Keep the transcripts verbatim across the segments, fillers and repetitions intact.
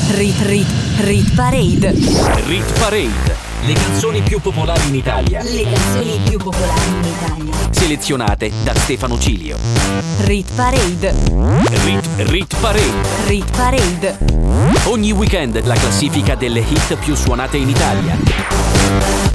Rit Rit Rit Parade. Rit Parade. Le canzoni più popolari in Italia. Le canzoni più popolari in Italia. Selezionate da Stefano Cilio. Rit Parade. Rit Rit Parade. Rit Parade. Ogni weekend la classifica delle hit più suonate in Italia.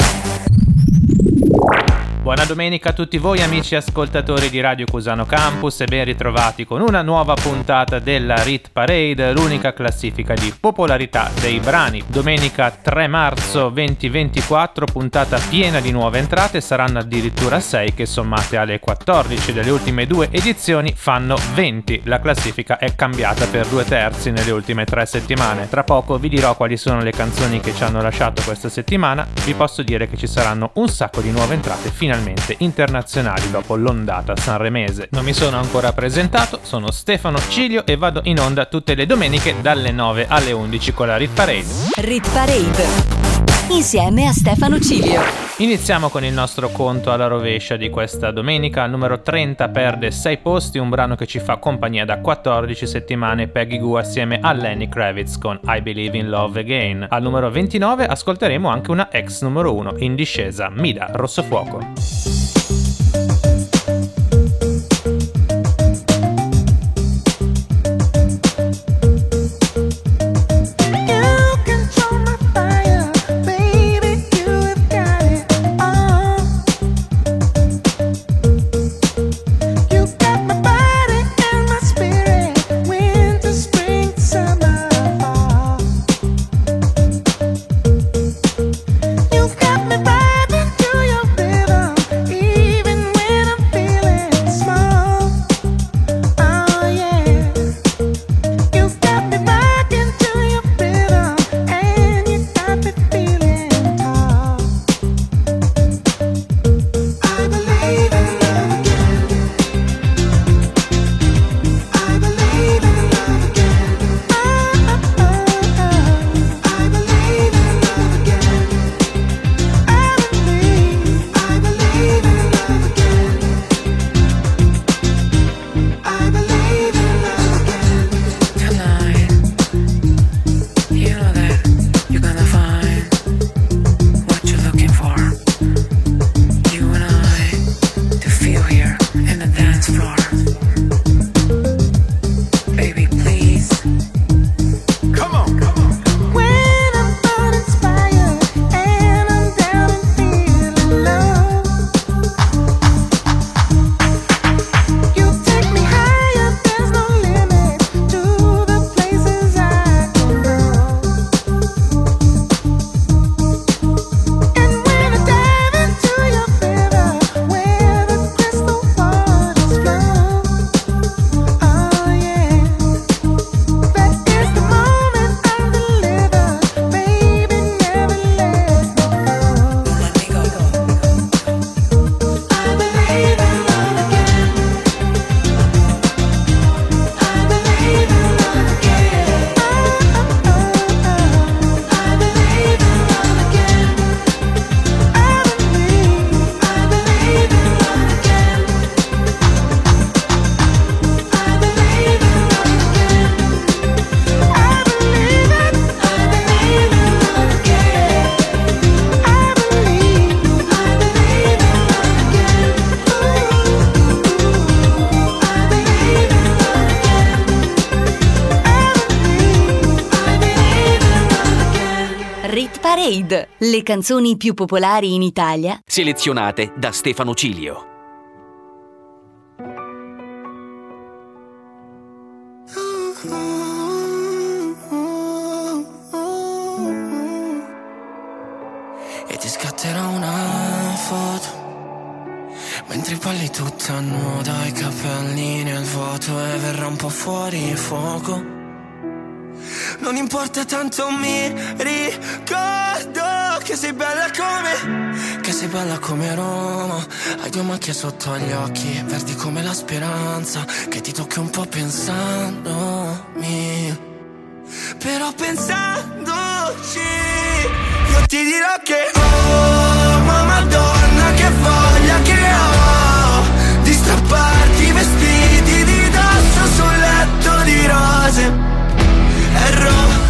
Buona domenica a tutti voi amici ascoltatori di Radio Cusano Campus e ben ritrovati con una nuova puntata della Rit Parade, l'unica classifica di popolarità dei brani. Domenica tre marzo duemilaventiquattro, puntata piena di nuove entrate, saranno addirittura sei che sommate alle quattordici delle ultime due edizioni fanno venti. La classifica è cambiata per due terzi nelle ultime tre settimane. Tra poco vi dirò quali sono le canzoni che ci hanno lasciato questa settimana. Vi posso dire che ci saranno un sacco di nuove entrate finalmente internazionali dopo l'ondata sanremese. Non mi sono ancora presentato, sono Stefano Cilio e vado in onda tutte le domeniche dalle nove alle undici con la Rit Parade. Rit Parade insieme a Stefano Cilio. Iniziamo con il nostro conto alla rovescia di questa domenica. Al numero trenta perde sei posti, un brano che ci fa compagnia da quattordici settimane, Peggy Gou assieme a Lenny Kravitz con I Believe in Love Again. Al numero ventinove ascolteremo anche una ex numero uno in discesa, Mida, Rossofuoco. Le canzoni più popolari in Italia, selezionate da Stefano Cilio. E ti scatterò una foto mentre balli tutta nuda, i capelli nel vuoto e verrà un po' fuori fuoco. Non importa tanto, mi ricordo che sei bella come, che sei bella come Roma. Hai due macchie sotto agli occhi, verdi come la speranza, che ti tocchi un po' pensandomi. Però pensandoci io ti dirò che oh, ma madonna che voglia che ho di strapparti i vestiti di dosso sul letto di rose. È rosa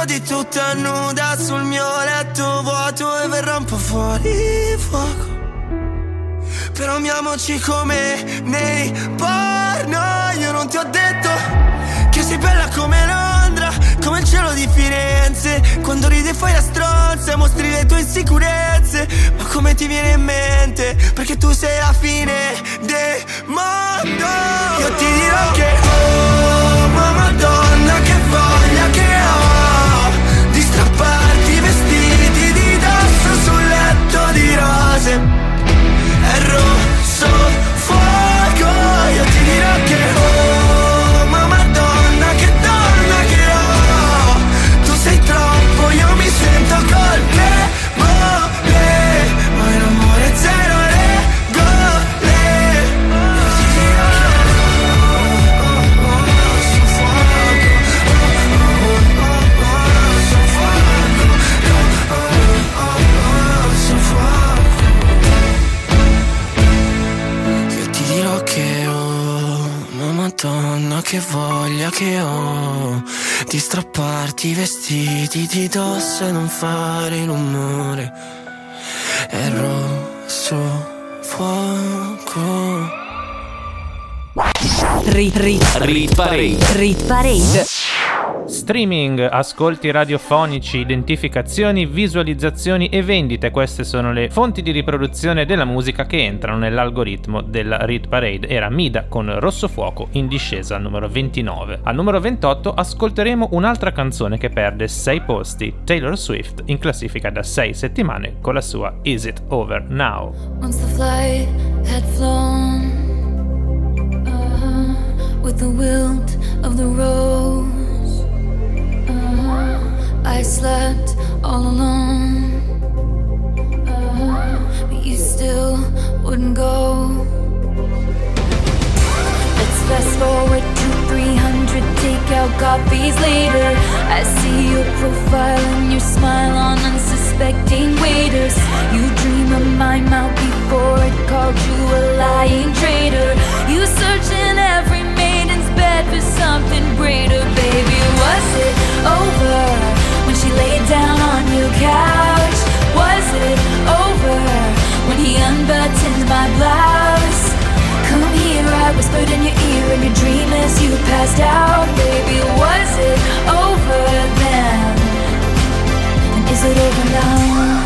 di tutta nuda sul mio letto vuoto e verrà un po' fuori fuoco. Però amiamoci come nei porno. Io non ti ho detto che sei bella come Londra, come il cielo di Firenze. Quando ridi e fai la stronza mostri le tue insicurezze. Ma come ti viene in mente? Perché tu sei la fine del mondo. Io ti dirò che oh, ma madonna che voglia che ho di strapparti i vestiti di dosso sul letto di rose. È rosso fuoco. Io ti dirò che oh, ma madonna che donna che ho. Tu sei troppo, io mi sento colpevole, ma in amore zero regole. Io ti dirò che oh, oh, oh, rosso fuoco. Oh, oh, oh, rosso fuoco. Oh, oh, oh, rosso fuoco. Dirò che ho, ma madonna che voglia che ho di strapparti i vestiti di dosso e non fare rumore. È rosso fuoco. Rit, rit, Rit Parade. Rit Parade. Streaming, ascolti radiofonici, identificazioni, visualizzazioni e vendite. Queste sono le fonti di riproduzione della musica che entrano nell'algoritmo della Rit Parade. Era Mida con Rosso Fuoco in discesa al numero ventinove. Al numero ventotto ascolteremo un'altra canzone che perde sei posti, Taylor Swift in classifica da sei settimane con la sua Is It Over Now. Once the flight had flown uh-huh, with the wilt of the rose, I slept all alone, uh, but you still wouldn't go. Let's fast forward to three hundred takeout coffees later. I see your profile and your smile on unsuspecting waiters. You dream of my mouth before it called you a lying traitor. You search in every maiden's bed for something greater. Baby, was it over when she laid down on your couch? Was it over when he unbuttoned my blouse? Come here, I whispered in your ear in your dream as you passed out. Baby, was it over then? And is it over now?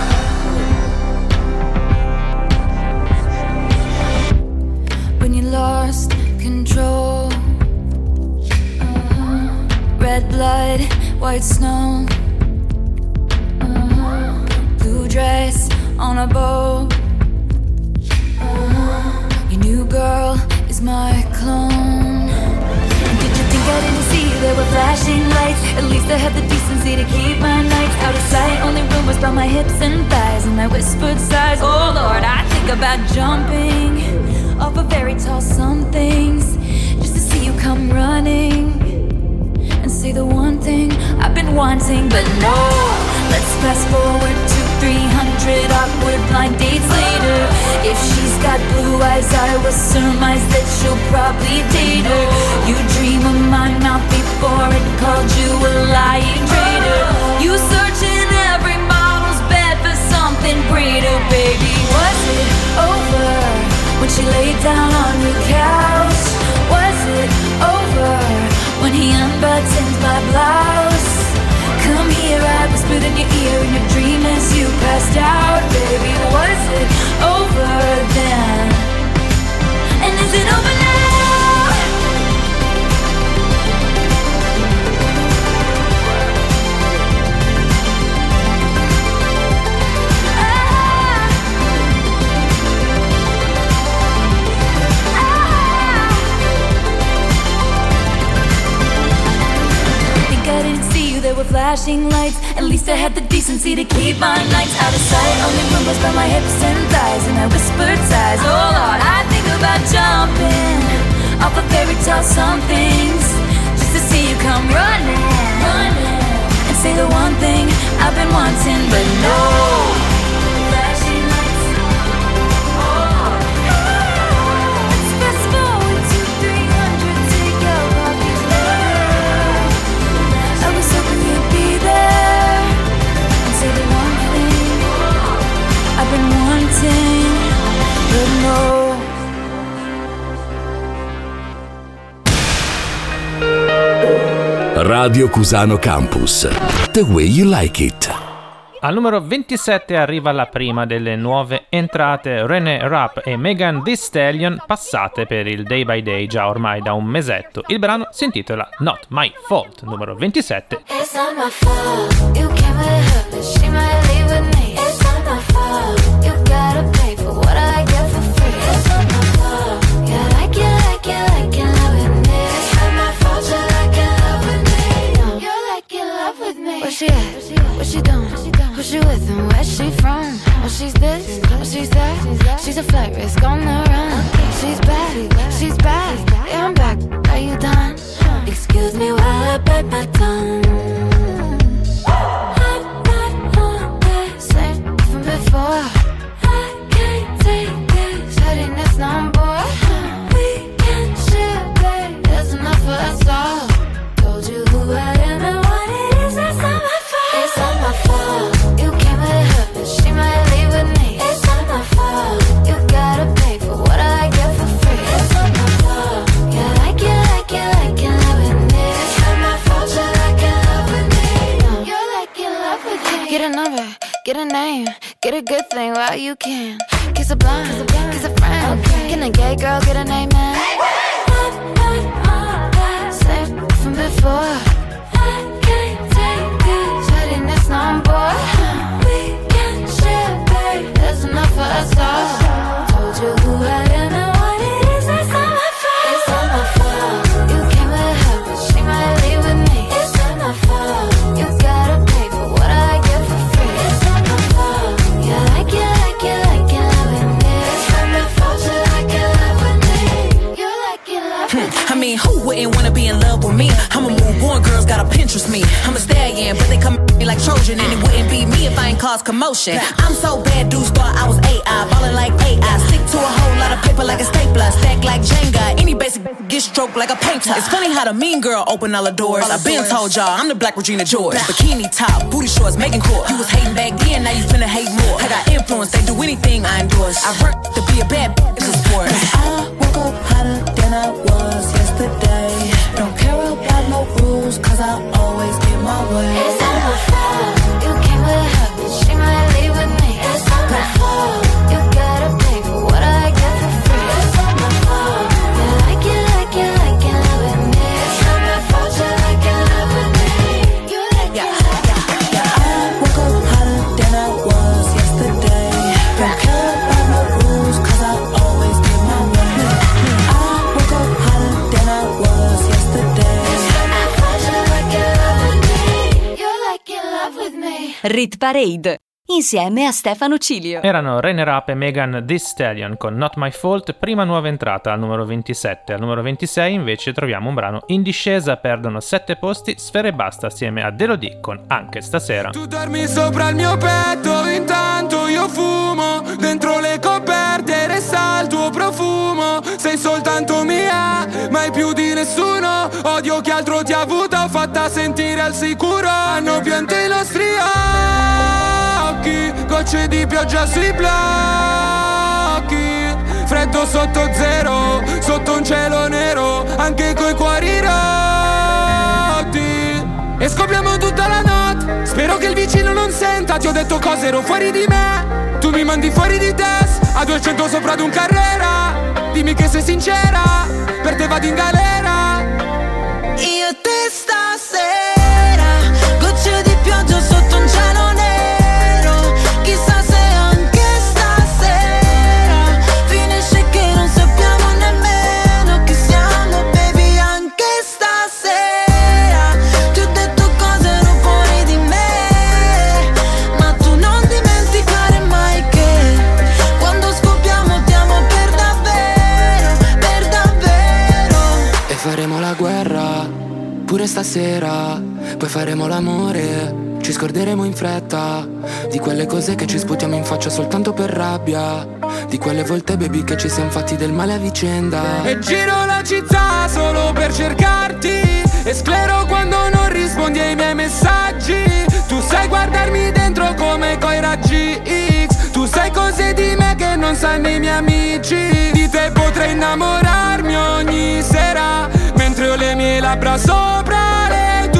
When you lost control, uh-huh. Red blood, white snow, uh-huh. Blue dress on a boat, uh-huh. Your new girl is my clone. And did you think I didn't see there were flashing lights? At least I had the decency to keep my nights out of sight. Only rumors about my hips and thighs and my whispered sighs. Oh Lord, I think about jumping off of very tall somethings just to see you come running and say the one thing I've been wanting. But no, let's fast forward to three hundred awkward blind dates later. If she's got blue eyes, I will surmise that she'll probably date her. You dream of my mouth before it called you a lying traitor. You search in every model's bed for something greater. Baby, was it over when she laid down on your couch? Was it over when he unbuttoned my blouse? Come here, I whispered in your ear in your dream as you passed out. Baby, was it over then? And is it over now? I didn't see you, there were flashing lights. At least I had the decency to keep my nights out of sight. Only rumors about my hips and thighs and my whispered sighs. Oh Lord, I think about jumping off of fairy tale somethings just to see you come running, running and say the one thing I've been wanting. But no flashing lights. Oh, let's fast forward to three hundred takeout coffees later. I was hoping you'd be there. Radio Cusano Campus. The way you like it. Al numero ventisette arriva la prima delle nuove entrate, René Rapp e Megan Thee Stallion, passate per il Day by Day già ormai da un mesetto. Il brano si intitola Not My Fault, numero ventisette. It's not my fault. You came with her, but she might leave with me. It's not my fault. You gotta pay for what I get for free. It's not my fault. You like it, like it, like it, love with me. It's not my fault. You like it, love with me. No, you like it, love with me. Where she at? What she doing? Who she with and where she from? Oh, she's this, oh, she's that. She's a flight risk on the run. She's back, she's back. Yeah, I'm back. Are you done? Excuse me while I bite my tongue. I'm not on that same from before. I can't take this headiness no more. We can share, babe. There's enough for us all. Told you who I am and what it is. That's not my fault. It's not my fault. You came with her, but she might leave with me. It's not my fault. You gotta pay for what I get for free. It's not my fault. You like it, like it, like it, love with me. It's not my fault. You like it, love with me. No, you like it, love with me. Get a number, get a name, get a good thing while you can. Kiss a blind, kiss a friend. Can a gay girl get a name, man? I'm not on that same from before. I can't take this readiness no more. We can share, babe. There's enough for us all. Told you who I am and what it is. That's not my fault. It's not my fault. You came with her, but she might leave with me. It's not my fault. You gotta pay for what I get for free. It's not my fault. You like it, like it, like it, love with me. It's not my fault. You like it, love with me. You like it, love with me. I mean, who wouldn't wanna be in love with me? I'm a move on, girls gotta Pinterest me. I'm a stallion, but they come at me like Trojan, and it wouldn't be me if I ain't caused commotion. I'm so bad, dudes thought I was A I, ballin' like A I. Stick to a whole lot of paper like a stapler, stack like Jenga. Any basic get stroked like a painter. It's funny how the mean girl open all the doors. I been told y'all I'm the Black Regina George. Bikini top, booty shorts, making court. You was hating back then, now you finna hate more. I got influence, they do anything I endorse. I work to be a bad bitch, it's a sport. I woke up hotter than I was yesterday. Don't care about no rules, cause I always get my way. It's not my fault. You came with her, but she might leave with me. It's not my fault. You gotta pay for what I get for free. It's not my fault. You like it, like it, like it, love with me. It's not my fault. You like it, love with me. You like it, like it. I woke up hotter than I was yesterday. Don't care about no rules, cause I always get my way. I woke up hotter than I was yesterday. It's not my fault. You like it, love with me. You like it, love with me. Rit Parade, insieme a Stefano Cilio. Erano René Rapp e Megan Thee Stallion con Not My Fault, prima nuova entrata al numero ventisette. Al numero ventisei invece troviamo un brano in discesa, perdono sette posti, Sfera Ebbasta assieme a Delodie con Anche Stasera. Tu dormi sopra il mio petto, intanto io fumo. Dentro le coperte resta il tuo profumo. Sei soltanto mia, mai più di nessuno. Odio chi altro ti ha avuto, fatta sentire al sicuro. Hanno pianto i nostri occhi, gocce di pioggia sui blocchi. Freddo sotto zero, sotto un cielo nero, anche coi cuori rotti. E scopriamo tutta la notte, spero che il vicino non senta. Ti ho detto cose, ero fuori di me, tu mi mandi fuori di test. A duecento sopra ad un Carrera, dimmi che sei sincera, per te vado in galera. Io e te stasera, gocce di pioggia sotto un cielo nero. Chissà se anche stasera finisce che non sappiamo nemmeno chi siamo, baby. Anche stasera ti ho detto cose ero fuori di me, ma tu non dimenticare mai che quando scoppiamo ti amo per davvero, per davvero. E faremo la guerra pure stasera, poi faremo l'amore, ci scorderemo in fretta di quelle cose che ci sputiamo in faccia soltanto per rabbia, di quelle volte baby che ci siamo fatti del male a vicenda. E giro la città solo per cercarti, e sclero quando non rispondi ai miei messaggi. Tu sai guardarmi dentro come coi raggi X, tu sai cose di me che non sanno i miei amici. Di te potrei innamorarmi ogni sera, mentre ho le mie labbra sopra le tue.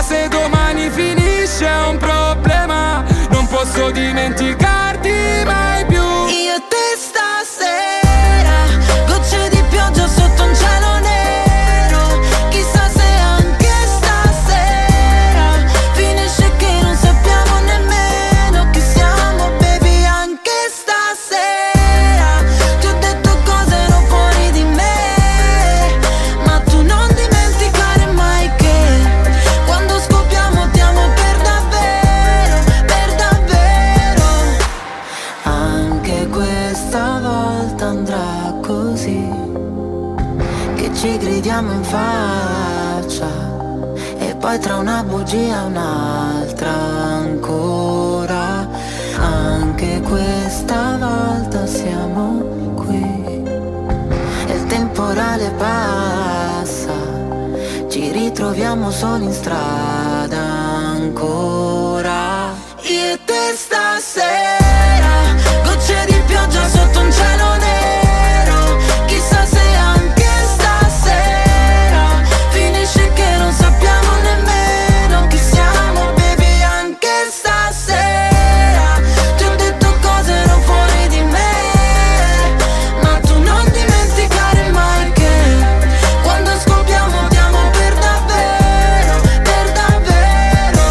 se domani finisce è un problema. Non posso dimenticarti mai più. Io e te stasera, gocce di pioggia sotto un cielo nero. Chissà se anche stasera finisce che non sappiamo nemmeno chi siamo, baby. Anche stasera ti ho detto cose non fuori di me, ma tu non dimenticare mai che quando scoppiamo ti amo per davvero, per davvero. Anche questa volta andrà così, che ci gridiamo in faccia e poi tra una bugia e un'altra ancora. Anche questa volta siamo qui e il temporale passa, ci ritroviamo soli in strada ancora. Io e te stasera, gocce di pioggia sotto un cielo nero. Chissà se anche stasera finisce che non sappiamo nemmeno chi siamo, baby. Anche stasera ti ho detto cose non fuori di me, ma tu non dimenticare mai che quando scoppiamo ti amo per davvero, per davvero.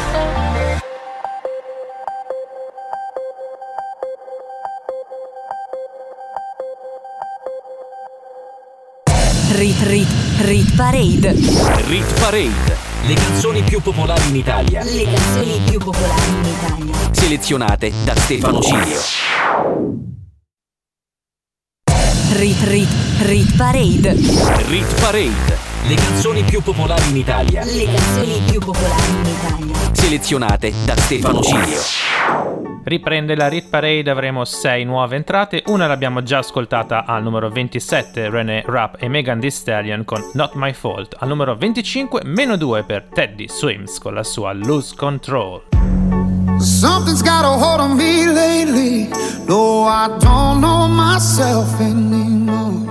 Rit Rit Rit Parade. Rit Parade, le canzoni più popolari in Italia, Le canzoni più popolari in Italia. selezionate da Stefano Cilio. Rit Rit Rit Parade. Rit Parade, le canzoni più popolari in Italia, Le canzoni più popolari in Italia. selezionate da Stefano Cilio. Riprende la Rit Parade, avremo sei nuove entrate. Una l'abbiamo già ascoltata al numero ventisette, René Rapp e Megan Thee Stallion con Not My Fault. Al numero venticinque, meno due per Teddy Swims con la sua Lose Control. Something's got a hold on me lately. No, I don't know myself anymore.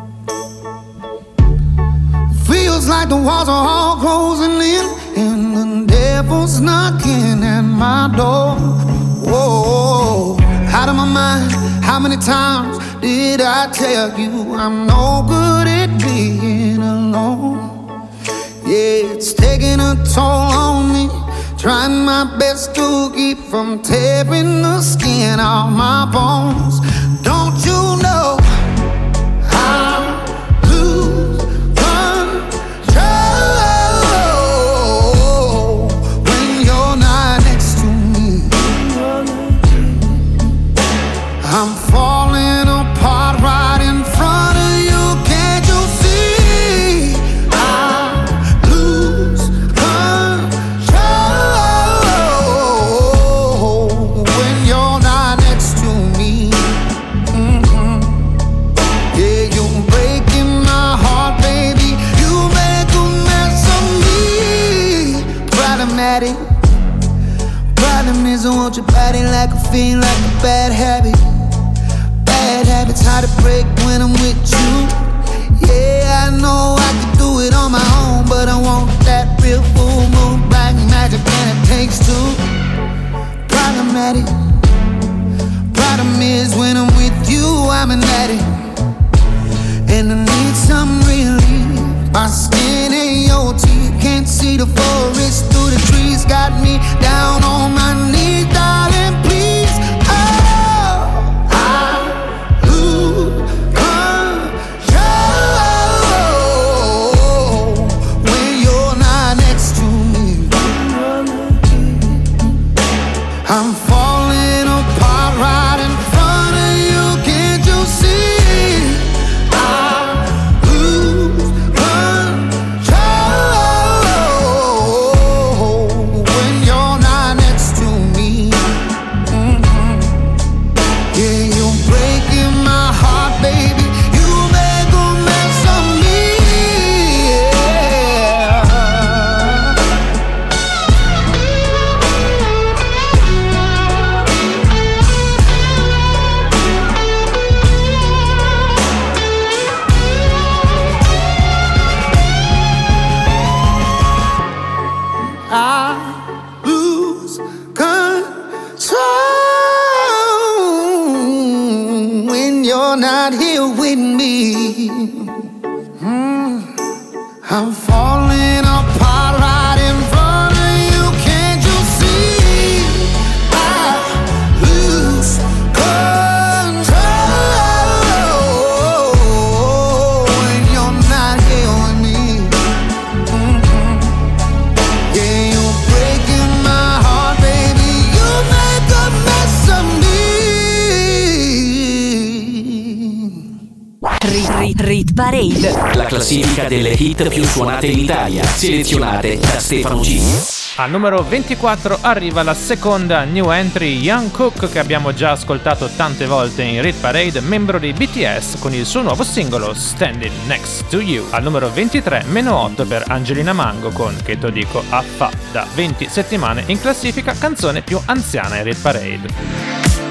Feels like the walls are all closing in and the devil's knocking at my door. Whoa, out of my mind, how many times did I tell you I'm no good at being alone? Yeah, it's taking a toll on me, trying my best to keep from tearing the skin off my bones. Don't you know I lose control when you're not next to me? I'm falling apart right in front of you. Can't you see? I lose control when you're not next to me. Mm-hmm. Yeah, you're breaking my heart, baby. You make a mess of me. Problematic. Problem is I want your body like a fiend, like a bad habit. Bad habits hard to break when I'm with you. Yeah, I know I could do it on my own, but I want that real full moon, black magic, and it takes two. Problematic. Problem is when I'm with you, I'm an addict, and I need some relief. My skin and your teeth, can't see the forest through the trees. Got me down on my knees, darling, please. Oh, I lose control when you're not next to me. I'm falling apart right in front of you. Can't you see? me. Mm. I'm falling apart right in front of you. Can't you see? I lose control when you're not here with me. Mm-hmm. Yeah, you're breaking my heart, baby. You make a mess of me. Rit, rit, rit Parade. La classifica delle hit più suonate in Italia, selezionate da Stefano G. Al numero ventiquattro arriva la seconda new entry, Jungkook, che abbiamo già ascoltato tante volte in Rit Parade, membro dei B T S, con il suo nuovo singolo Standing Next to You. Al numero ventitré, meno otto per Angelina Mango con Che to dico affa, da venti settimane in classifica, canzone più anziana in Rit Parade.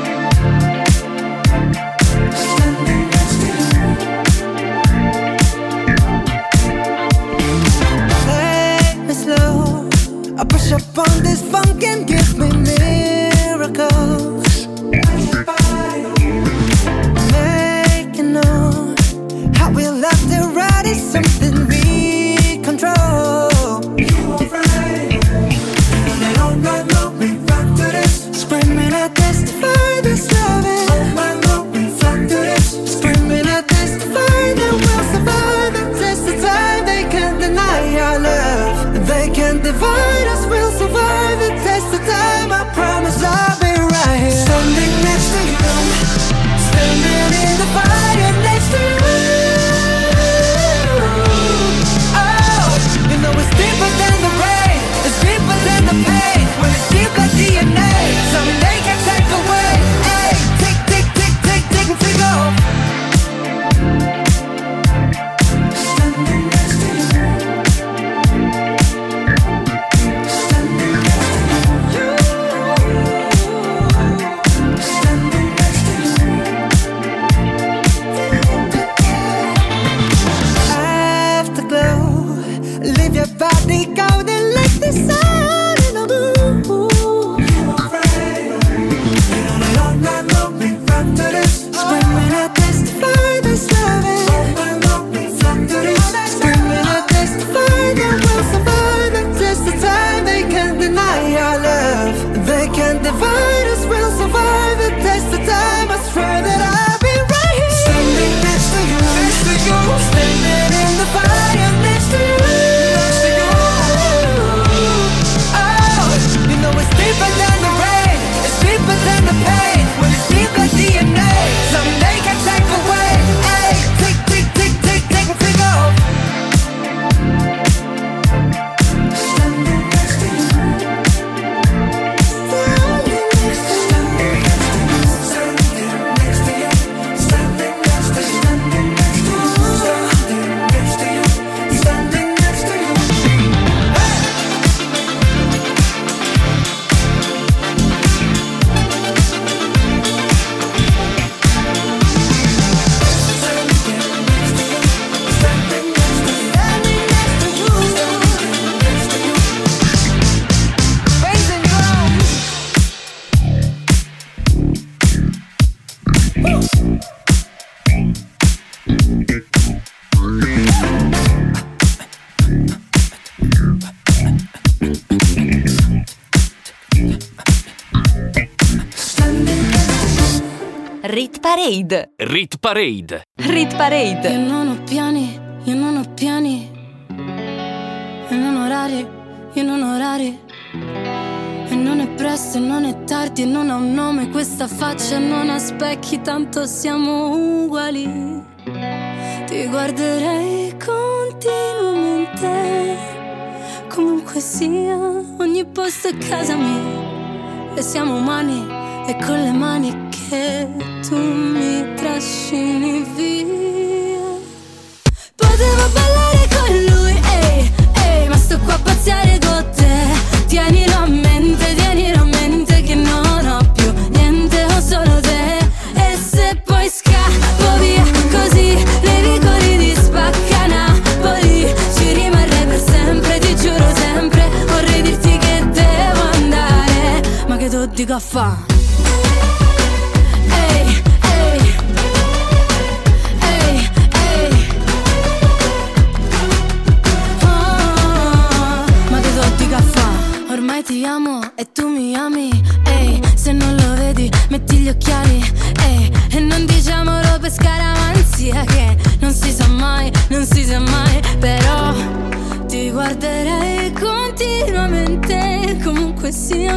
I push up on this funk and give me miracles. Making know how we love to ride is something we control. You are right. And all night long we rock to this. Screaming I testify this loving. All night long we rock to this. Screaming I testify that we'll survive the test of time. They can't deny our love. They can't divide us. We'll survive the test of time. I promise I'll be right here. Standing next to you. Standing in the fire next to you. Oh, you know it's deeper than the rain. It's deeper than the pain. When it's deep like D N A, something they can take away. Hey, tick, tick, tick, tick, tick, and tick off. Standing next to you. Body golden like the sun in the moon. You are right. You know that all night long we rock to this. Screaming I testify this loving. All night long we rock to this. Screaming I testify that we'll survive the test of time. They can't deny our love. They can't divide us. We'll survive the test of time. I swear that I'll be right here. Standing next to you, next to you. Standing in the fire next to you. Deeper than the rain, it's deeper than the pain. When it's deep like D N A, something they can take away. Hey, tick, tick, tick, tick, tick, and tick off. Standing next to you. Standing next to you. Standing next to you. Standing next to you. Standing next to you. Standing next to you. Rit Parade. Rit Parade. Rit Parade. Io non ho piani, io non ho piani. E non orari, io non ho orari. E non è presto e non è tardi e non ha un nome questa faccia, non ha specchi, tanto siamo uguali. Ti guarderei continuamente, comunque sia, ogni posto è casa mia. E siamo umani e con le mani che tu mi trascini via. Potevo ballare con lui, ehi, ehi, ma sto qua a pazziare con te. Tienilo a mente, tienilo a mente che non ho più niente, ho solo te. E se poi scappo via così, nei vicoli di Spacca Napoli ci rimarrei per sempre, ti giuro sempre. Vorrei dirti che devo andare, ma che tu dico a fa'? Ehi, ehi, ehi,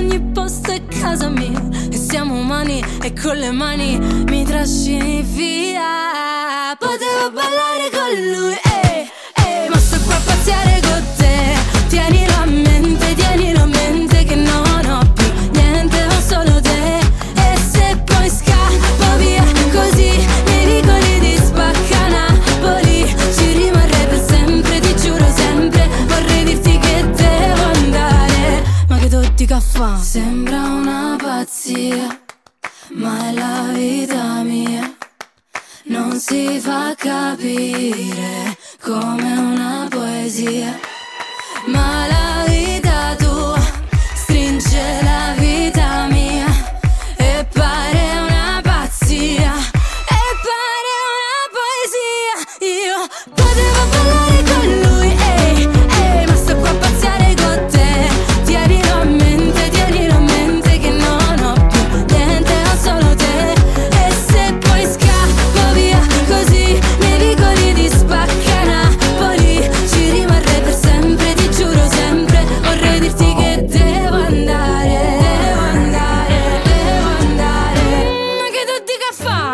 ogni posto è casa mia. E siamo umani e con le mani mi trascini via. Potevo ballare con lui, ehi, ehi, ma sto qua a pazziare con te. Tienilo a mente, tienilo a mente che non ho più niente, ho solo te. E se poi scappo via così nei vicoli di Spacca Napoli, ci rimarrei per sempre, ti giuro sempre. Vorrei dirti che devo andare, ma che tutti caffè. Sembra una pazzia, ma è la vita mia. Non si fa capire come una poesia, ma la vita tua stringe la vita mia e pare una pazzia, e pare una poesia. Io potevo ballare con lui, ehi, ehi, ma sto qua a pazziare con te. Tienilo a mente, tienilo a mente che non ho più niente, ho solo te. E se poi scappo via così nei vicoli di Spacca Napoli, ci rimarrei per sempre, ti giuro sempre. Vorrei dirti che devo andare, devo andare, devo andare. Ma che tu dica fa?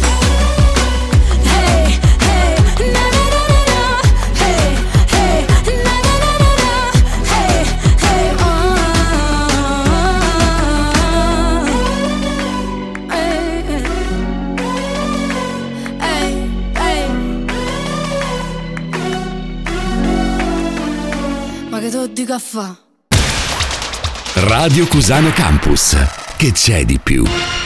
Hey, hey, na na na na na. Hey, hey, na na na na na. Hey, hey, oh. Hey, hey, hey. Ma che tu dica fa? Radio Cusano Campus. Che c'è di più?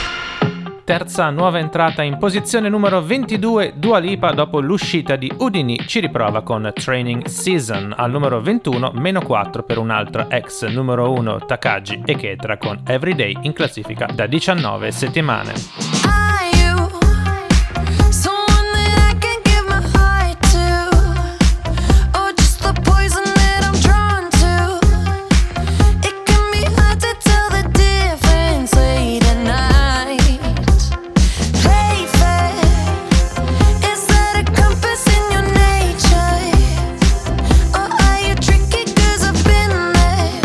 Terza nuova entrata in posizione numero ventidue, Dua Lipa. Dopo l'uscita di Houdini ci riprova con Training Season. Al numero ventuno, meno quattro per un'altra ex numero uno, Takagi e Ketra con Everyday, in classifica da diciannove settimane. Are you someone that I can give my heart to, or just the poison that I'm drawn to? It can be hard to tell the difference late at night. Play fair, is that a compass in your nature, or are you tricky 'cause I've been there?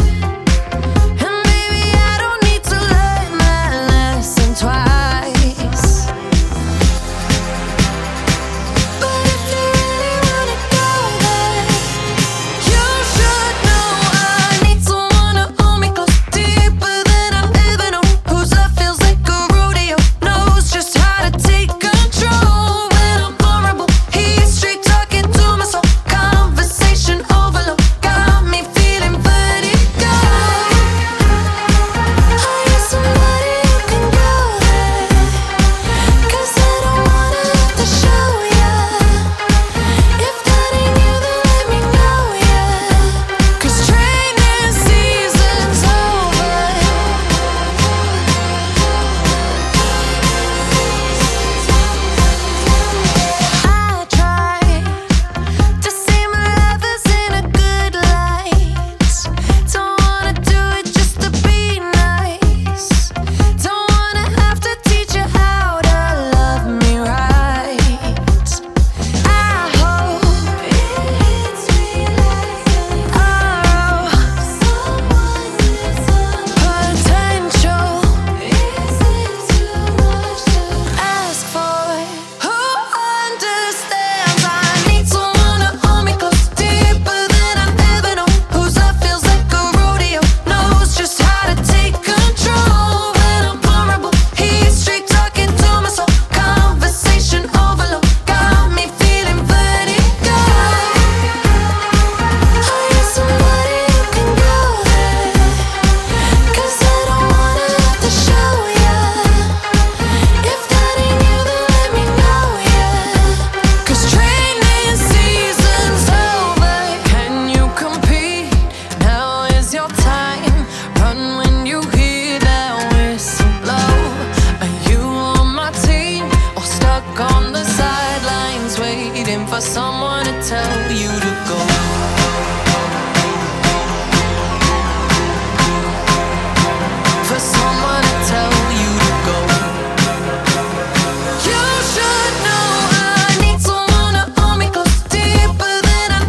And maybe I don't need to learn that lesson twice.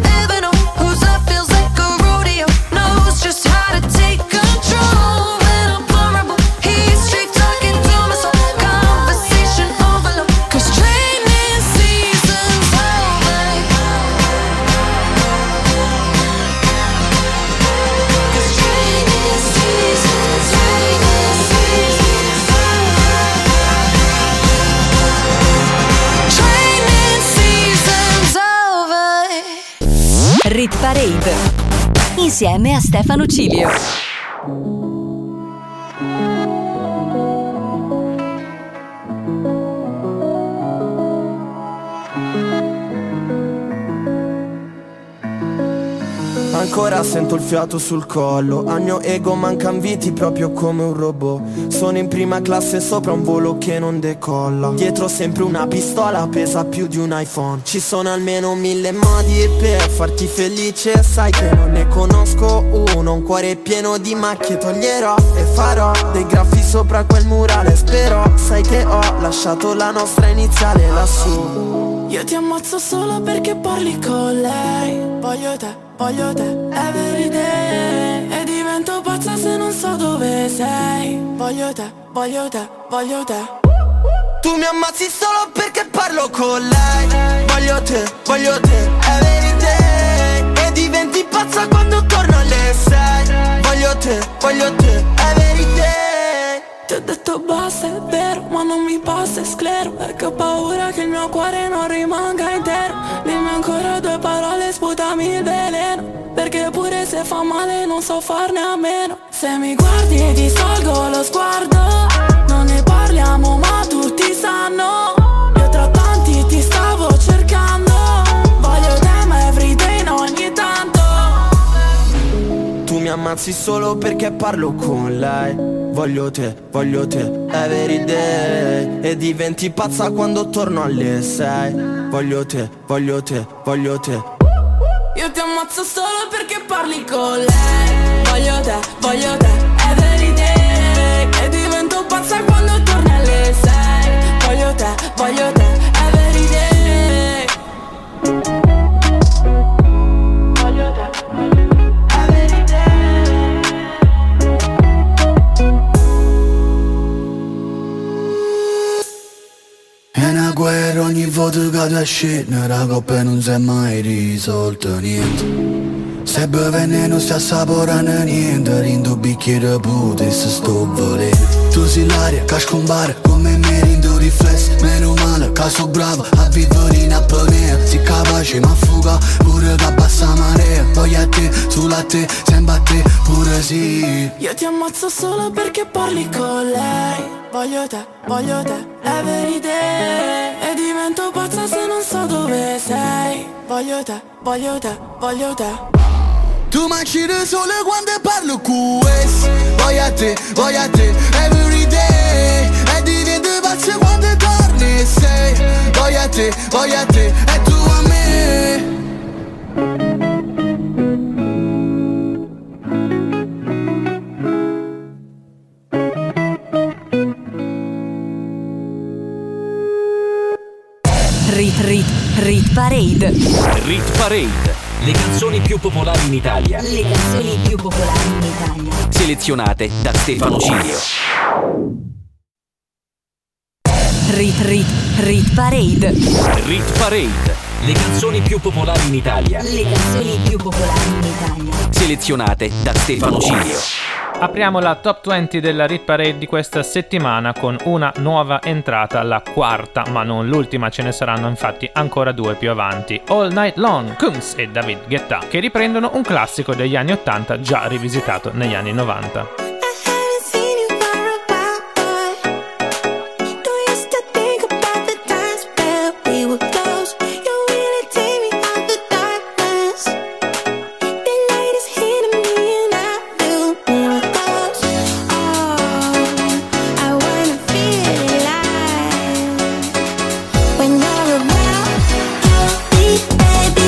When Rit Parade insieme a Stefano Cilio. Ancora sento il fiato sul collo, al mio ego mancan viti proprio come un robot. Sono in prima classe sopra un volo che non decolla. Dietro sempre una pistola pesa più di un iPhone. Ci sono almeno mille modi per farti felice. Sai che non ne conosco uno. Un cuore pieno di macchie toglierò e farò dei graffi sopra quel murale. Spero, sai che ho lasciato la nostra iniziale lassù. Io ti ammazzo solo perché parli con lei. Voglio te, voglio te, every day. E divento pazza se non so dove sei. Voglio te, voglio te, voglio te. Tu mi ammazzi solo perché parlo con lei. Voglio te, voglio te, every day. E diventi pazza quando torno alle sei. Voglio te, voglio te, every day. Ti ho detto basta, è vero, ma non mi passa, è sclero. E che ho paura che il mio cuore non rimanga intero. Dimmi ancora due parole, sputami il veleno. Perché pure se fa male non so farne a meno. Se mi guardi ti salgo lo sguardo. Non ne parliamo ma tutti sanno. Io tra tanti ti stavo cercando. Voglio te ma everyday in ogni tanto. Tu mi ammazzi solo perché parlo con lei. Voglio te, voglio te, every day. E diventi pazza quando torno alle sei. Voglio te, voglio te, voglio te. Io ti ammazzo solo perché parli con lei. Voglio te, voglio te, every day. E divento pazza quando torno alle sei. Voglio te, voglio te, every day. Voglio te, every day. È una guerra ogni volta che ti scende, la coppa non si è mai risolta niente. Se bevi non stai assaporando niente, rindo bicchiere pute se sto volendo. Tu sei l'aria che scompare, come me rindo riflesso. Meno male che sono bravo a vivere in apnea. Sei capace ma fuga pure che abbassa marea. Voglio a te, sulla te, sempre a te, pure sì. Io ti ammazzo solo perché parli con lei. Voglio te, voglio te, every day. E divento pazza se non so dove sei. Voglio te, voglio te, voglio te. Tu mangi da sole quando parlo con questo. Voglio a te, voglio a te, every day. E divento pazza quando torni e sei. Voglio a te, voglio a te, e tu a me. Rit Rit Rit Parade. Rit Parade. Le canzoni più popolari in Italia. Le canzoni più popolari in Italia. Selezionate da Stefano Cilio. Rit Rit Rit Parade. Rit Parade. Le canzoni più popolari in Italia. Le canzoni più popolari in Italia. Selezionate da Stefano Cilio. Apriamo la top venti della Rit Parade di questa settimana con una nuova entrata, la quarta, ma non l'ultima, ce ne saranno infatti ancora due più avanti. All Night Long, Kungs e David Guetta, che riprendono un classico degli anni ottanta già rivisitato negli anni novanta.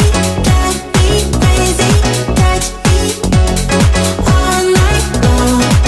All night long.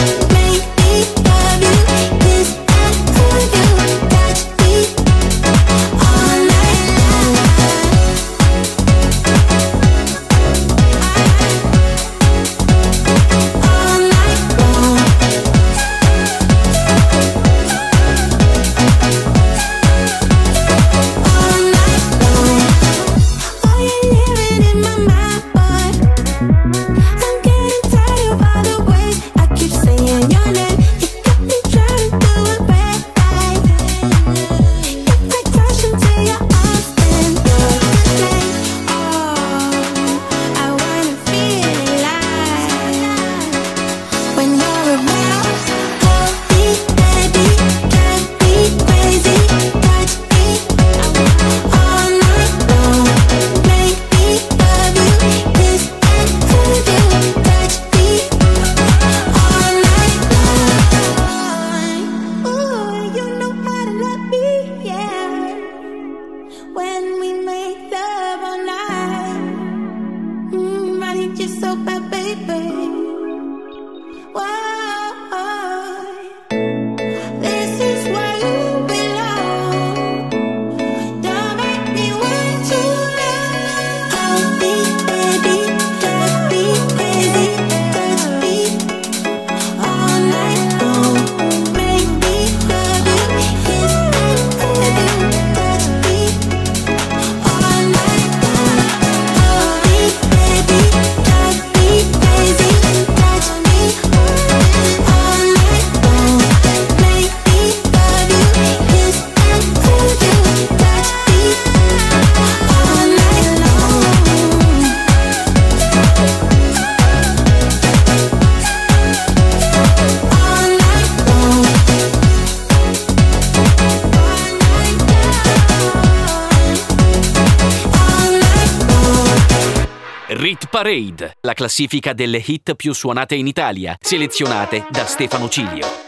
Rit Parade, la classifica delle hit più suonate in Italia, selezionate da Stefano Cilio.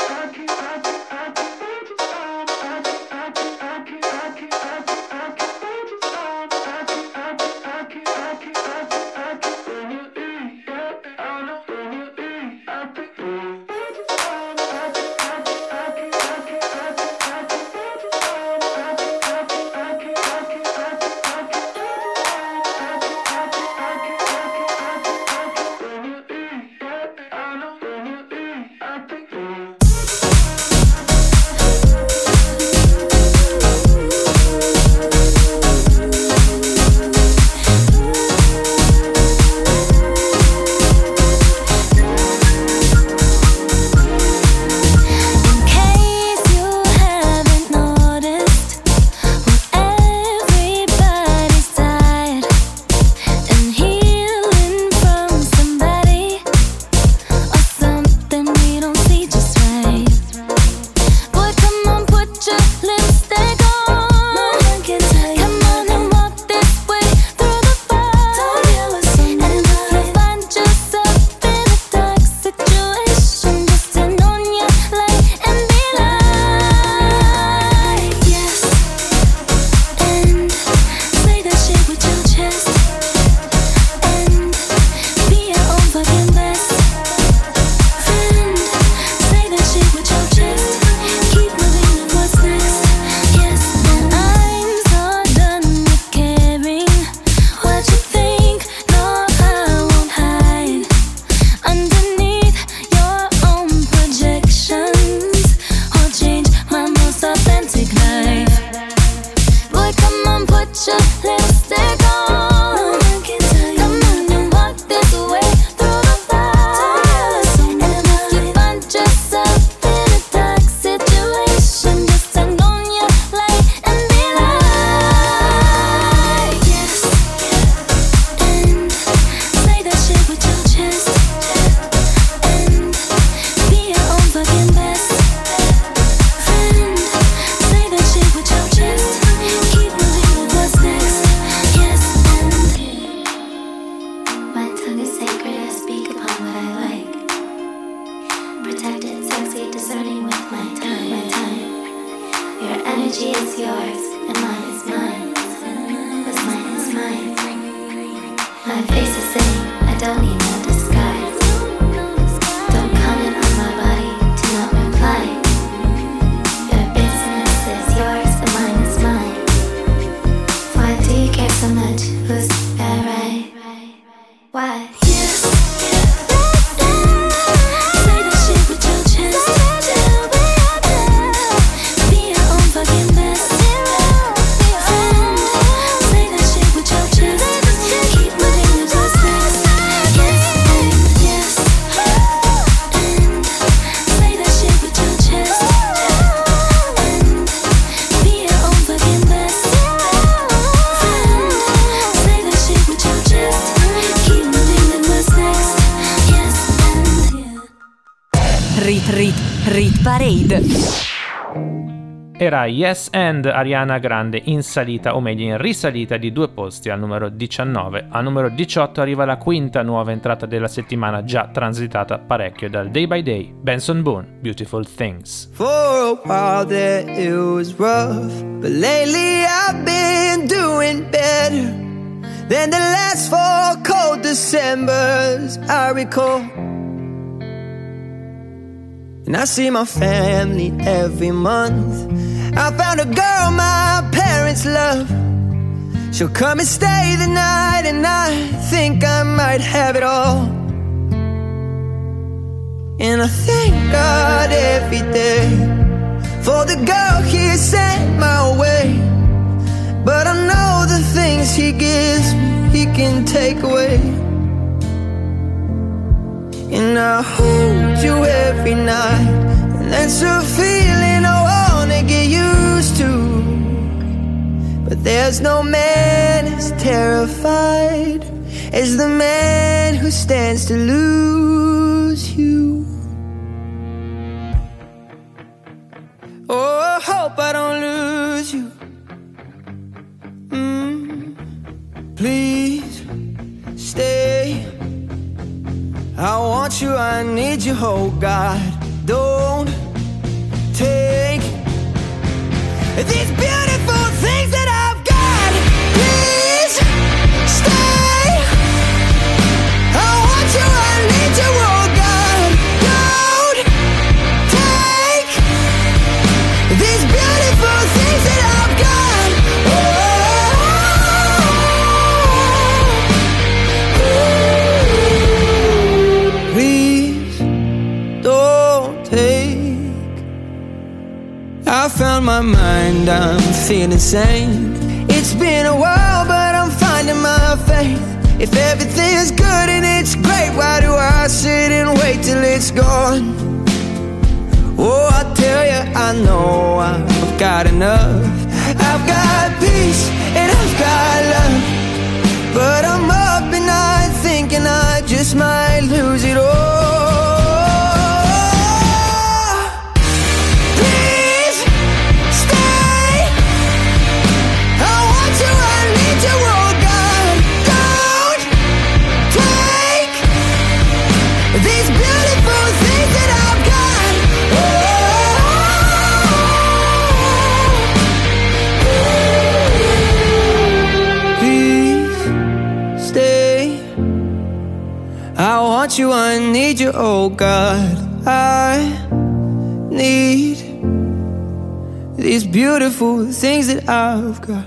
Parade. Era Yes and Ariana Grande in salita, o meglio in risalita di due posti al numero diciannove. Al numero diciotto arriva la quinta nuova entrata della settimana, già transitata parecchio dal Day by Day, Benson Boone, Beautiful Things. For a while there it was rough, but lately I've been doing better than the last four cold Decembers I recall. And I see my family every month. I found a girl my parents love. She'll come and stay the night, and I think I might have it all. And I thank God every day for the girl He sent my way. But I know the things He gives me He can take away. And I hold you every night, and that's a feeling I wanna get used to. But there's no man as terrified as the man who stands to lose you. Oh, I hope I don't lose you. Mm, please want you, I need you, oh God. Don't take these beautiful things that I've got. Please stay. I want you, I need you, oh God. Don't take these beautiful things that I've got. Oh, please don't take. I found my mind, I'm feeling sane. It's been a while, but I'm finding my faith. If everything's good and it's great, why do I sit and wait till it's gone? Oh, I tell you, I know I've got enough. I've got peace and I've got love, but I'm up at night thinking I just might lose it all. I want you, I need you, oh God. I need these beautiful things that I've got.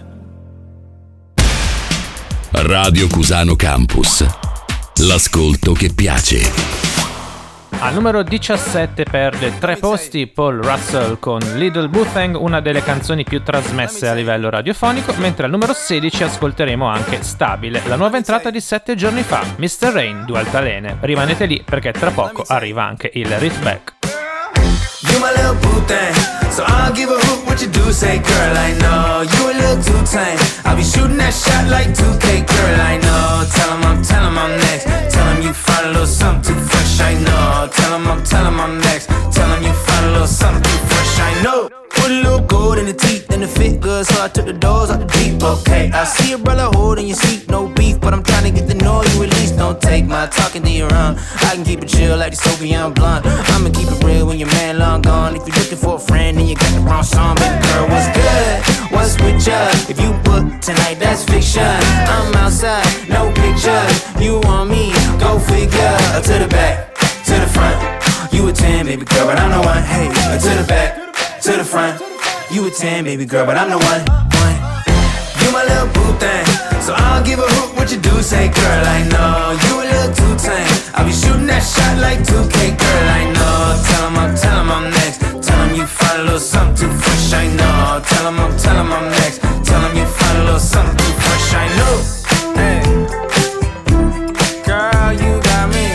Radio Cusano Campus. L'ascolto che piace. Al numero diciassette perde tre posti Paul Russell con Little Boothang, una delle canzoni più trasmesse a livello radiofonico, mentre al numero sedici ascolteremo anche Stabile, la nuova entrata di sette giorni fa, mister Rain, Due Altalene. Rimanete lì perché tra poco arriva anche il Ritback. You my little boo thing, so I'll give a hoot what you do say, girl, I know. You a little too tame, I'll be shooting that shot like two K, girl, I know. Tell him I'm, tell him I'm next, tell him you find a little something too fresh, I know. Tell him I'm, tell him I'm next, tell him you find a little something too fresh, I know. Put a little gold in the teeth and it fit good, so I took the doors out the deep, okay. I see a brother holding your seat, no beef, but I'm trying to get to know you at least. Don't take my talking to your own, I can keep it chill like the Soviet blunt. I'ma keep it real when your man long gone. If you're looking for a friend and you got the wrong song, baby girl, what's good? What's with ya? If you book tonight, that's fiction. I'm outside, no pictures. You want me? Go figure. To the back, to the front. You a ten, baby girl, but I'm the one. Hey, to the back, to the front. You a ten, baby girl, but I'm the one. One. You my little boo thing, so I'll give a hoot what you do say, girl, I know. You a little too tame, I'll be shooting that shot like two K, girl, I know. Tell him I'm, tell him I'm next, tell him you find a little something too fresh, I know. Tell him I'm, tell him I'm next, tell him you find a little something too fresh, I know. Hey, girl, you got me.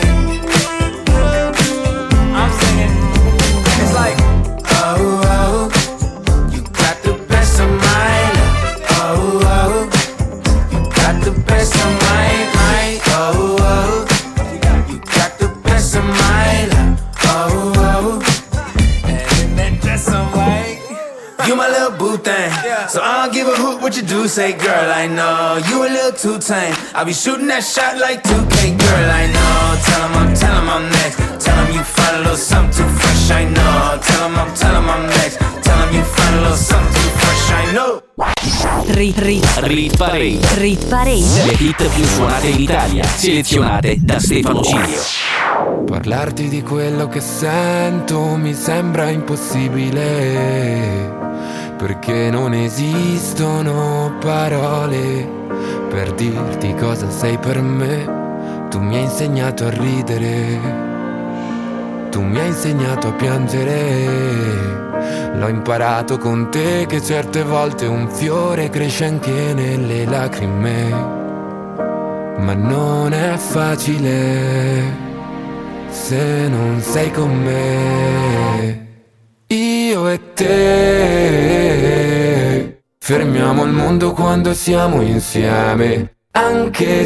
I'm singing, it's like, oh, oh, you got the best of mine. Oh, oh, you got the best of mine, mine. Oh, oh, you got the best of mine. Oh, oh, and then just some white. You my little boo thing, so I don't give a hoot what you do say, girl, I know. You a little too tame, I'll be shooting that shot like two K, girl, I know. Tell him I'm, tell him I'm next, tell him you find a little something too fresh, I know. Tell him I'm, tell him I'm next, tell him you find a little something too fresh, I know. Rit, rit, rit Parade. Rit Parade. Le hit più suonate in Italia, selezionate da Stefano Cilio. Parlarti di quello che sento mi sembra impossibile, perché non esistono parole per dirti cosa sei per me. Tu mi hai insegnato a ridere, tu mi hai insegnato a piangere. L'ho imparato con te che certe volte un fiore cresce anche nelle lacrime, ma non è facile se non sei con me. Io e te fermiamo il mondo quando siamo insieme, anche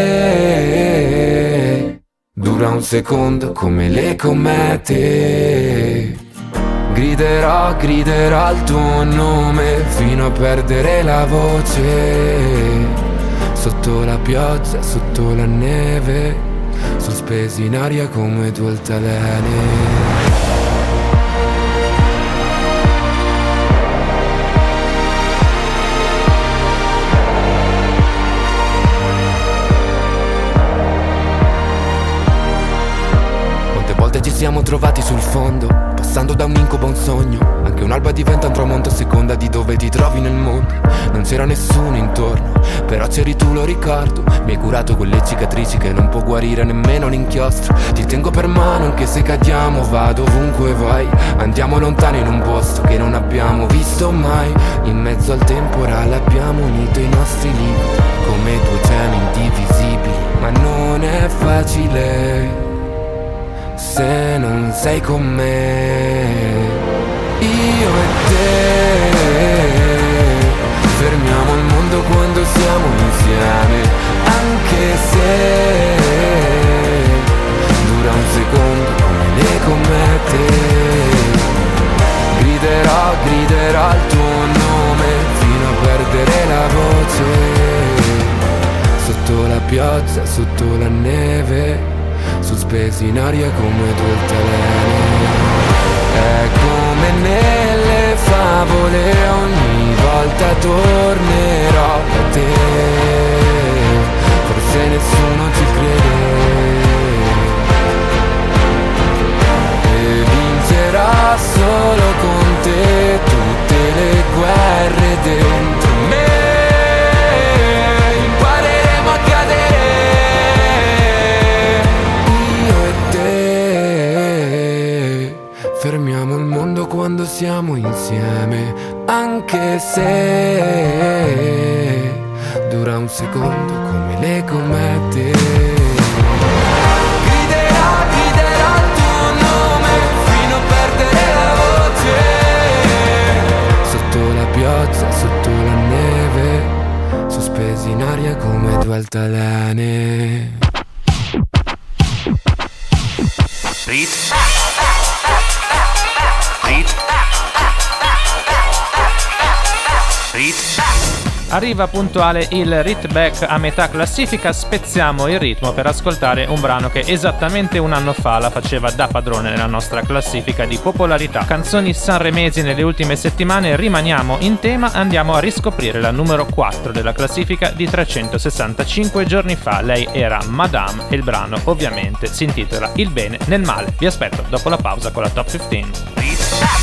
se dura un secondo come le comete. Griderò, griderò il tuo nome fino a perdere la voce, sotto la pioggia, sotto la neve, sospesi in aria come due altalene. Ci siamo trovati sul fondo, passando da un incubo a un sogno. Anche un'alba diventa un tramonto a seconda di dove ti trovi nel mondo. Non c'era nessuno intorno, però c'eri tu, lo ricordo. Mi hai curato quelle cicatrici che non può guarire nemmeno l'inchiostro. Ti tengo per mano anche se cadiamo, vado ovunque vai. Andiamo lontano in un posto che non abbiamo visto mai. In mezzo al temporale abbiamo unito i nostri limiti come due gemme indivisibili. Ma non è facile se non sei con me. Io e te fermiamo il mondo quando siamo insieme, anche se dura un secondo come le comete. Griderò, griderò il tuo nome fino a perdere la voce. Sotto la pioggia, sotto la neve, sospesi in aria come due altalene. È come nelle favole, ogni volta tornerò da te. Forse nessuno ci crede e vincerò solo con te tutte le guerre dentro me. Impareremo a cadere. Fermiamo il mondo quando siamo insieme, anche se dura un secondo come le comete. Griderò, griderò il tuo nome fino a perdere la voce. Sotto la pioggia, sotto la neve, sospesi in aria come due altalene. Rit. Arriva puntuale il Rit Back a metà classifica, spezziamo il ritmo per ascoltare un brano che esattamente un anno fa la faceva da padrone nella nostra classifica di popolarità. Canzoni sanremesi nelle ultime settimane, rimaniamo in tema, andiamo a riscoprire la numero quattro della classifica di trecentosessantacinque giorni fa. Lei era Madame e il brano ovviamente si intitola Il bene nel male. Vi aspetto dopo la pausa con la Top quindici. Rit Back.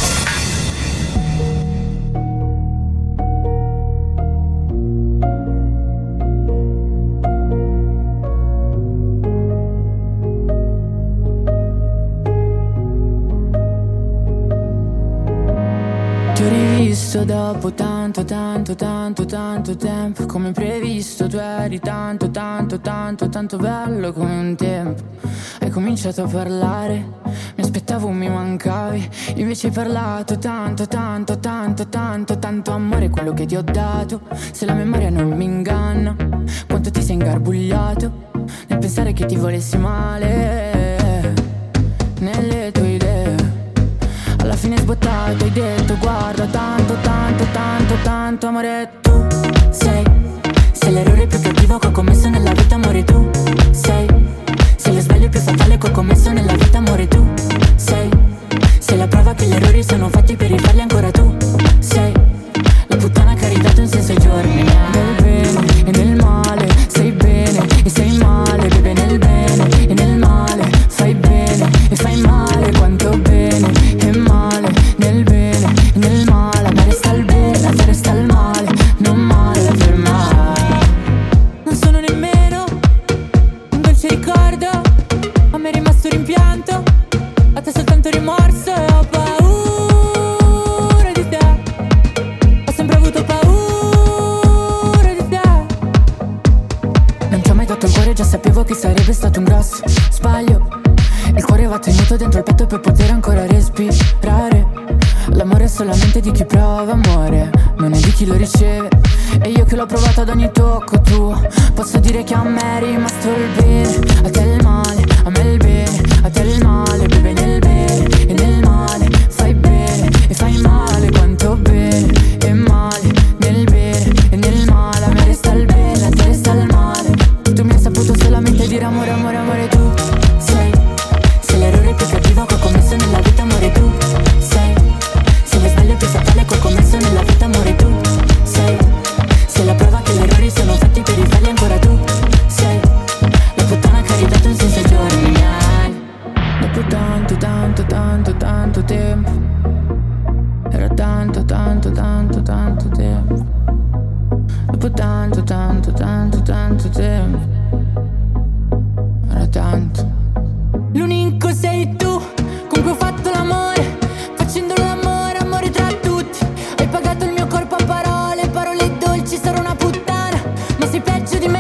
Dopo tanto, tanto, tanto, tanto tempo, come previsto tu eri tanto, tanto, tanto, tanto bello come un tempo. Hai cominciato a parlare, mi aspettavo mi mancavi, invece hai parlato tanto, tanto, tanto, tanto, tanto amore quello che ti ho dato. Se la memoria non mi inganna, quanto ti sei ingarbugliato nel pensare che ti volessi male nelle tue idee. Alla fine sbottato hai detto guarda tanto, tanto, tanto, tanto amore tu sei. Sei l'errore più cattivo che ho commesso nella vita amore tu sei. Sei lo sbaglio più fatale che ho commesso nella vita amore tu sei. Sei la prova che gli errori sono fatti per rifarli ancora tu sei. La puttana che ha ridato un senso ai giorni. Nel bene e nel male sei bene e sei male. Bebe nel bene e nel male fai bene e fai male. Quanto bene e male nel bene e nel male. A me resta il bene, a te resta il male. Non male per mai. Non sono nemmeno un dolce ricordo, a me è rimasto rimpianto, a te soltanto rimorso. E ho paura di te, ho sempre avuto paura di te. Non ti ho mai dato il cuore, già sapevo che sarebbe stato un grosso sbaglio. Il cuore va tenuto dentro il petto per poter ancora respirare. L'amore è solamente di chi prova amore, non è di chi lo riceve. E io che l'ho provato ad ogni tocco tuo, posso dire che a me è rimasto il bene, a te il male, a me il bene, a te il male. Bebe nel bene e nel male fai bene e fai male. Quanto bene e male nel bene e nel male. A me resta il bene, a te resta il male. Tu mi hai saputo solamente dire amore, amore, amore tu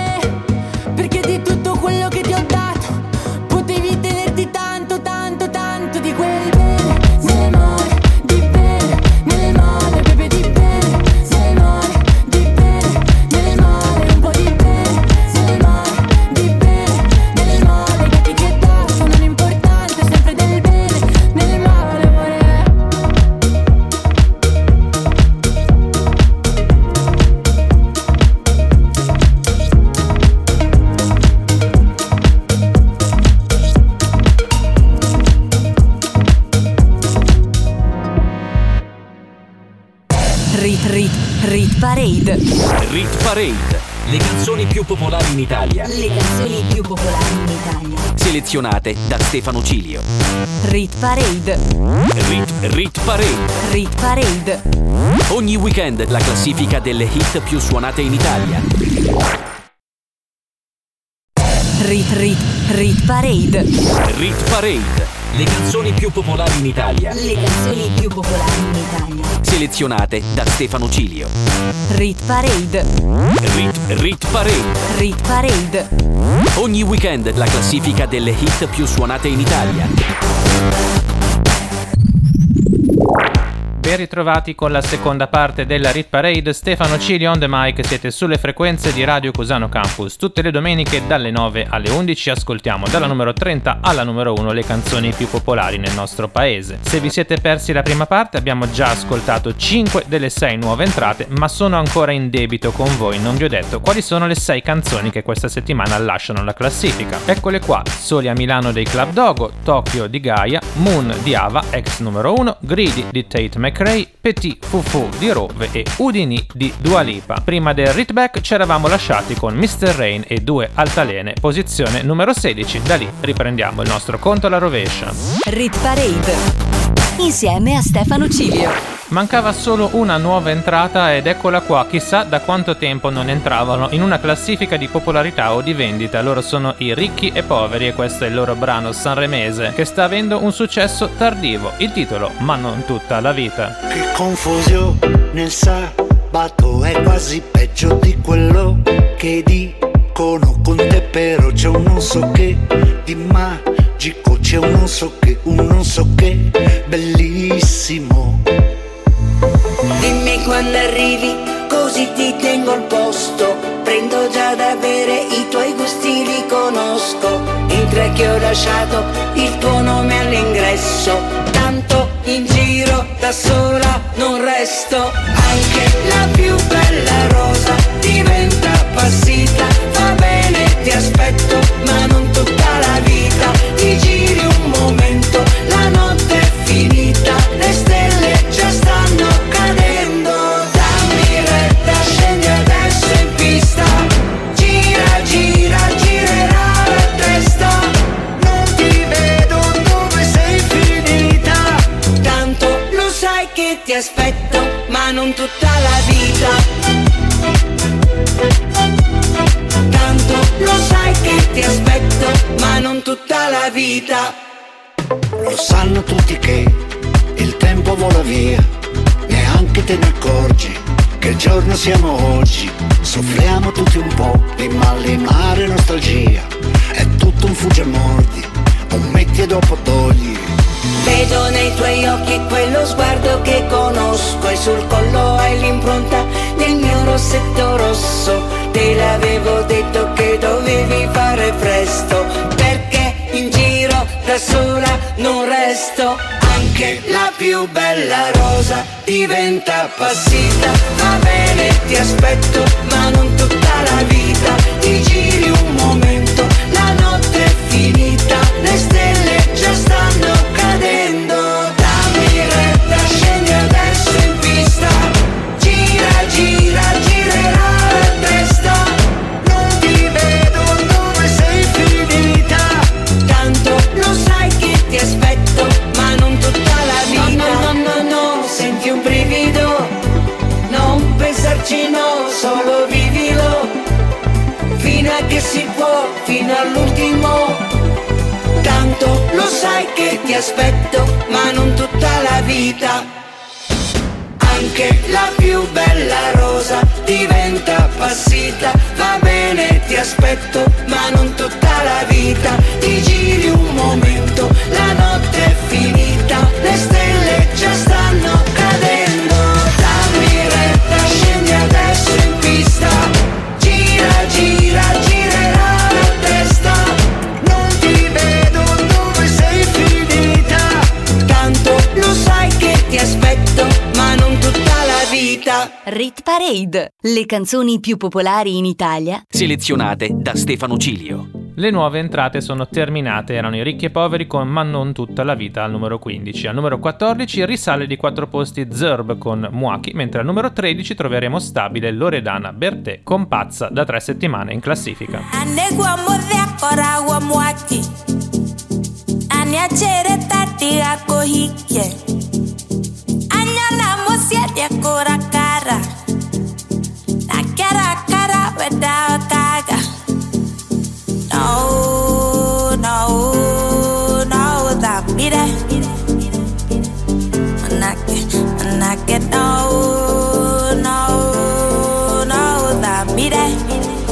perché di tutto quello che ti ho dato potevi tenerti tanto, tanto, tanto di quel bene nel male, di bene nel male, bebe di bene nel male, di bene nel male, un po' di bene nel male, di bene nel male, che ti che dato non è importante, sempre del bene nel male, amore. Rit Rit Rit Parade. Rit Parade, le canzoni più popolari in Italia. Le canzoni più popolari in Italia. Selezionate da Stefano Cilio. Rit Parade. Rit Rit Parade. Rit Parade. Ogni weekend la classifica delle hit più suonate in Italia. Rit Rit Rit Parade. Rit Parade, le canzoni più popolari in Italia. Le canzoni più popolari in Italia. Selezionate da Stefano Cilio. Rit Parade. Rit Rit Parade. Rit Parade. Ogni weekend la classifica delle hit più suonate in Italia. Ben ritrovati con la seconda parte della Rit Parade. Stefano Cilio on the mic, siete sulle frequenze di Radio Cusano Campus. Tutte le domeniche dalle nove alle undici ascoltiamo dalla numero trenta alla numero uno le canzoni più popolari nel nostro paese. Se vi siete persi la prima parte, abbiamo già ascoltato cinque delle sei nuove entrate, ma sono ancora in debito con voi. Non vi ho detto quali sono le sei canzoni che questa settimana lasciano la classifica. Eccole qua: Soli a Milano dei Club Dogo, Tokyo di Gaia, Moon di Ava, ex numero uno, Greedy di Tate McRae, Petit Fufu di Rove e Udini di Dua Lipa. Prima del Ritback ci eravamo lasciati con mister Rain e Due Altalene, posizione numero sedici. Da lì riprendiamo il nostro conto alla rovescia. Rit Parade insieme a Stefano Cilio. Mancava solo una nuova entrata ed eccola qua. Chissà da quanto tempo non entravano in una classifica di popolarità o di vendita. Loro sono i Ricchi e Poveri e questo è il loro brano sanremese che sta avendo un successo tardivo. Il titolo Ma non tutta la vita. Che confusione nel sabato, è quasi peggio di quello che dicono con te, però c'è un non so che di magico, c'è un non so che, un non so che bellissimo. Dimmi quando arrivi, così ti tengo al posto. Prendo già da bere, i tuoi gusti li conosco. In tre che ho lasciato il tuo nome all'ingresso. Tanto in giro da sola non resto. Anche la più bella rosa diventa passita. Va bene, ti aspetto, ma non tutta la vita. Ti giri un momento, la notte è finita. Le stelle già stanno cadendo. Dammi retta, scendi adesso in pista. Gira, gira, girerà la testa. Non ti vedo dove sei finita. Tanto lo sai che ti aspetto, ma non tutta la vita. Tanto lo sai che ti aspetto, ma non tutta la vita. Lo sanno tutti che il tempo vola via, neanche te ne accorgi che giorno siamo oggi. Soffriamo tutti un po' di malinare nostalgia, è tutto un fugge mordi, un metti e dopo togli. Vedo nei tuoi occhi quello sguardo che conosco e sul collo hai l'impronta del mio rossetto rosso. Te l'avevo detto che dovevi fare presto, perché in giro da sola non resto. Anche la più bella rosa diventa passita. Va bene, ti aspetto, ma non tutta la vita. Ti giri un momento, la notte è finita. Le stelle già stanno cadendo. Dammi retta, scendi adesso in pista. Gira, gira, girerà la testa. Non ti vedo dove sei finita. Tanto lo sai che ti aspetto, ma non tutta la vita. No, no, no, no, no, senti un brivido. Non pensarci, no, solo vivilo. Fino a che si può, fino all'ultimo. Tanto lo sai che ti aspetto, ma non tutta la vita. finché la più bella rosa diventa appassita. Va bene, ti aspetto, ma non tutta la vita. Ti giri un momento, la notte è finita, le stelle già stanno cadendo. Dammi retta, scendi adesso in pista. Gira, gira, girerà la testa. Non ti vedo dove sei finita. Tanto lo sai che ti aspetto, ma non tutta la vita. Rit Parade, le canzoni più popolari in Italia, selezionate da Stefano Cilio. Le nuove entrate sono terminate, erano i Ricchi e Poveri con Ma non tutta la vita al numero quindici. Al numero quattordici risale di quattro posti Zerb con Muaki, mentre al numero tredici troveremo stabile Loredana Bertè con Pazza, da tre settimane in classifica. No, no, no, damire Manake, manake, no, no, no, damire.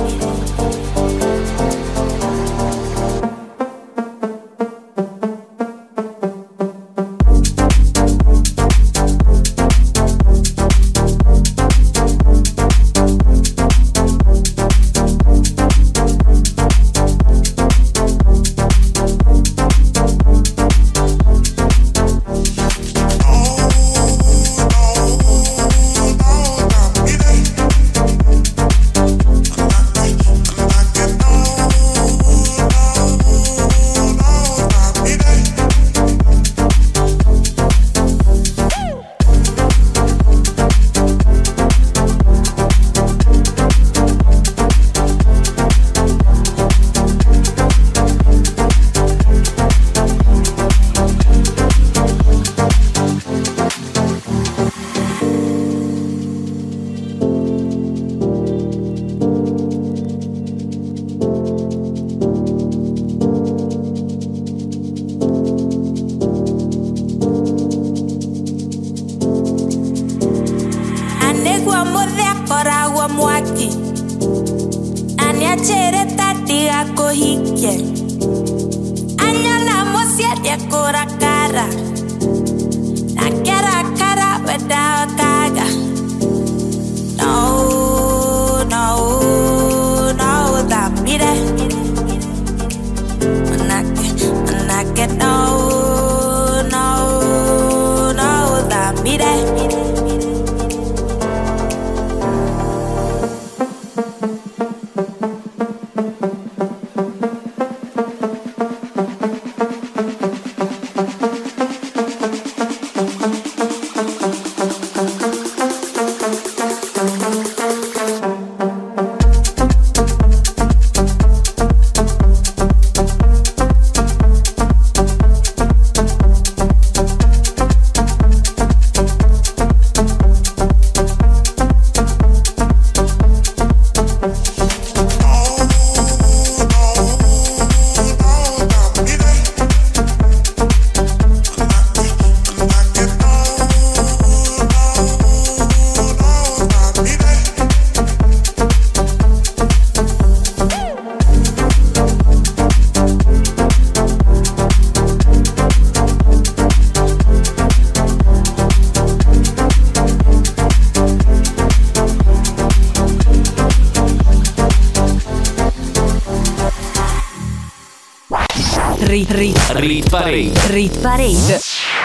Rit, rit, Rit Parade. Rit Parade.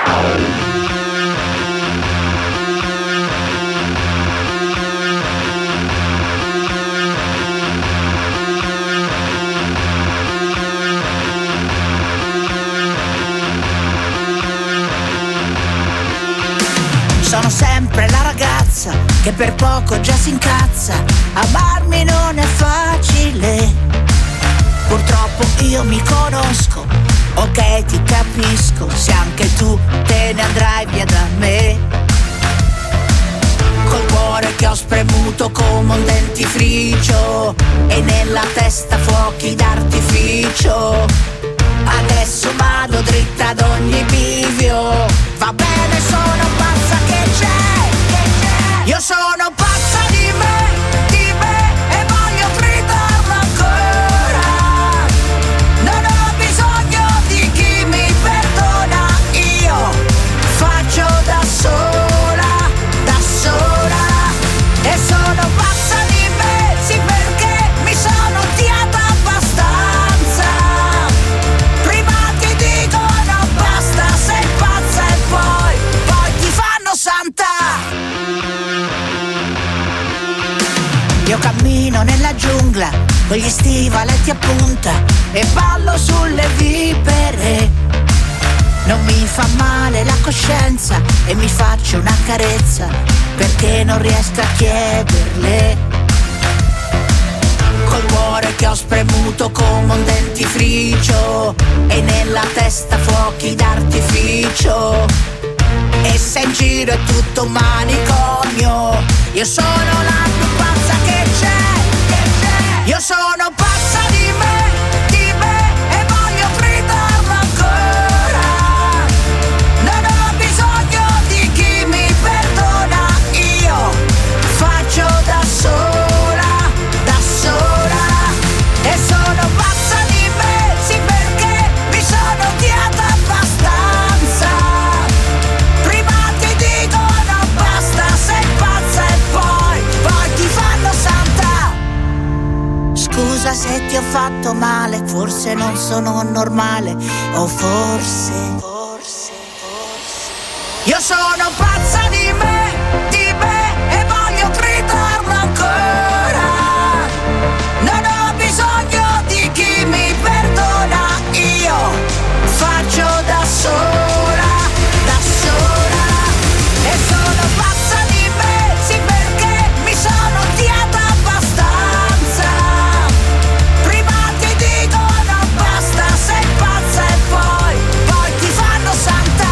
Sono sempre la ragazza che per poco già si incazza. Amarmi non è facile. Purtroppo io mi conosco, ok ti capisco, se anche tu te ne andrai via da me. Col cuore che ho spremuto come un dentifricio e nella testa fuochi d'artificio. Adesso vado dritta ad ogni bivio. Va bene, sono pazza, che c'è, che c'è. Io sono pazza di me, di me e voglio gridarlo ancora. Non ho bisogno di chi mi perdona, io faccio da sola, da sola. E sono pazza di me, sì, perché mi sono odiata abbastanza. Prima ti dicono basta, sei pazza e poi, poi ti fanno santa. Io cammino nella giungla con gli stivaletti a punta e ballo sulle vipere. Non mi fa male la coscienza e mi faccio una carezza perché non riesco a chiederle. Col cuore che ho spremuto come un dentifricio e nella testa fuochi d'artificio. E se in giro è tutto un manicomio, io sono la più pazza che c'è, che c'è. Io sono pazza di me, di me e voglio gridarlo ancora. Non ho bisogno di chi mi perdona, io faccio da sola, da sola. E sono pazza di me, sì, perché mi sono odiata abbastanza. Prima ti dicono basta, sei pazza e poi, poi ti fanno santa. Scusa se ti ho fatto male, forse non sono normale, o forse, forse, forse. Io sono pazza di me, di me e voglio gridarlo ancora. Non ho bisogno di chi mi perdona, io faccio da sola, da sola. E sono pazza di me, sì, perché mi sono odiata abbastanza. Prima ti dicono basta, sei pazza e poi, poi ti fanno santa.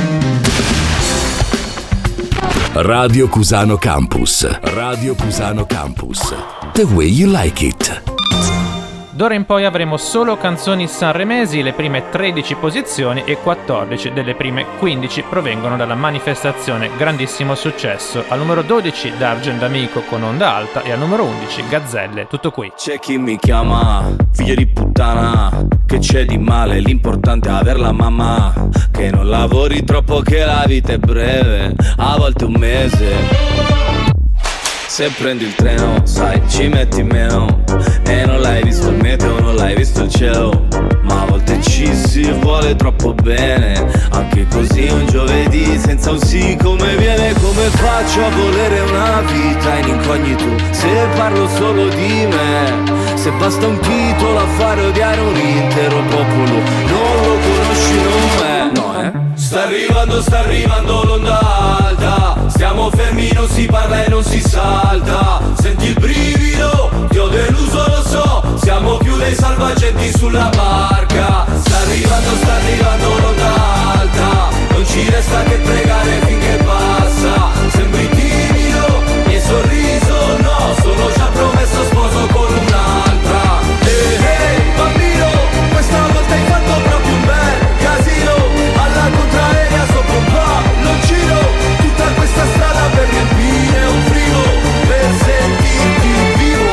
Radio Cusano Campus. Radio Cusano Campus. The way you like it. D'ora in poi avremo solo canzoni sanremesi, le prime tredici posizioni e quattordici delle prime quindici provengono dalla manifestazione Grandissimo Successo. Al numero dodici D'Argent Amico con Onda Alta e al numero undici Gazzelle. Tutto qui. C'è chi mi chiama figlio di puttana, che c'è di male, l'importante è aver la mamma, che non lavori troppo, che la vita è breve, a volte un mese. Se prendi il treno, sai, ci metti meno, e non l'hai visto il meteo, non l'hai visto il cielo, ma a volte ci si vuole troppo bene, anche così un giovedì senza un sì come viene. Come faccio a volere una vita in incognito se parlo solo di me, se basta un titolo a fare odiare un intero popolo, non lo conosci, non me, no eh? Sta arrivando, sta arrivando l'onda alta, stiamo fermi, non si parla e non si salta. Senti il brivido, ti ho deluso, lo so, siamo più dei salvagenti sulla barca. Sta arrivando, sta arrivando l'onda alta, non ci resta che pregare finché passa. Sembri timido, mi hai sorriso, no, sono già promesso sposo con un'altra. Ehi, ehi, bambino, questa volta hai fatto proprio un bel casino, alla contraerea sopra un palloncino, tutta questa strada per riempire un frigo, per sentirti vivo.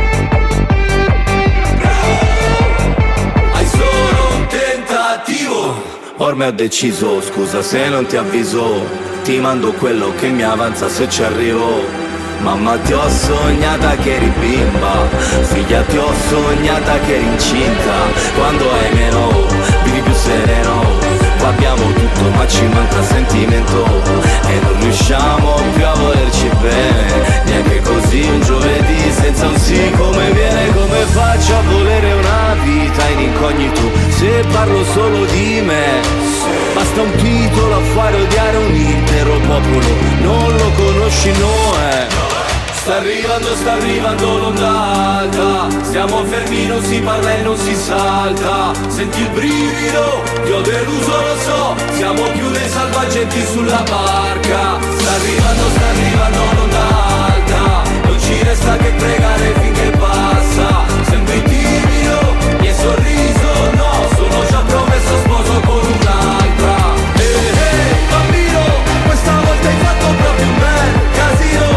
Hai solo un tentativo. Ormai ho deciso, scusa se non ti avviso, ti mando quello che mi avanza se ci arrivo. Mamma ti ho sognata che eri bimba, figlia ti ho sognata che eri incinta. Quando hai meno, vivi più sereno. Qua abbiamo tutto ma ci manca sentimento, e non riusciamo più a volerci bene, neanche così un giovedì senza un sì come viene. Come faccio a volere una vita in incognito se parlo solo di me? Basta un titolo a fare odiare un intero popolo, non lo conosci, no eh? Sta arrivando, sta arrivando l'onda alta, stiamo fermi, non si parla e non si salta. Senti il brivido, ti ho deluso, lo so, siamo più dei salvagenti sulla barca. Sta arrivando, sta arrivando l'onda alta, non ci resta che pregare finché passa. Sembri timido, mi hai sorriso, no, sono già promesso sposo con un'altra. Ehi, ehi, bambino, questa volta hai fatto proprio un bel casino,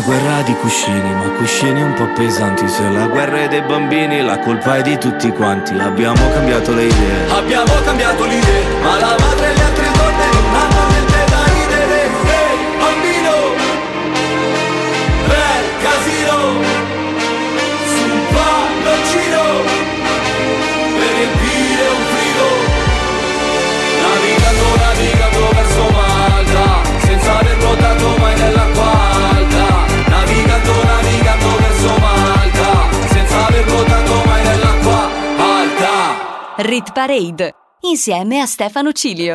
una guerra di cuscini, ma cuscini un po' pesanti. Se la guerra è dei bambini, la colpa è di tutti quanti. Abbiamo cambiato le idee, abbiamo cambiato le idee, ma la madre e le altre donne non hanno niente da ridere. Ehi, bambino, bel casino, sul palloncino, per riempire un frigo. Navigando, navigando verso Malta, senza aver nuotato mai nell'acqua alta. Navigando, navigando verso Malta, senza aver nuotato mai nell'acqua alta. Rit Parade, insieme a Stefano Cilio.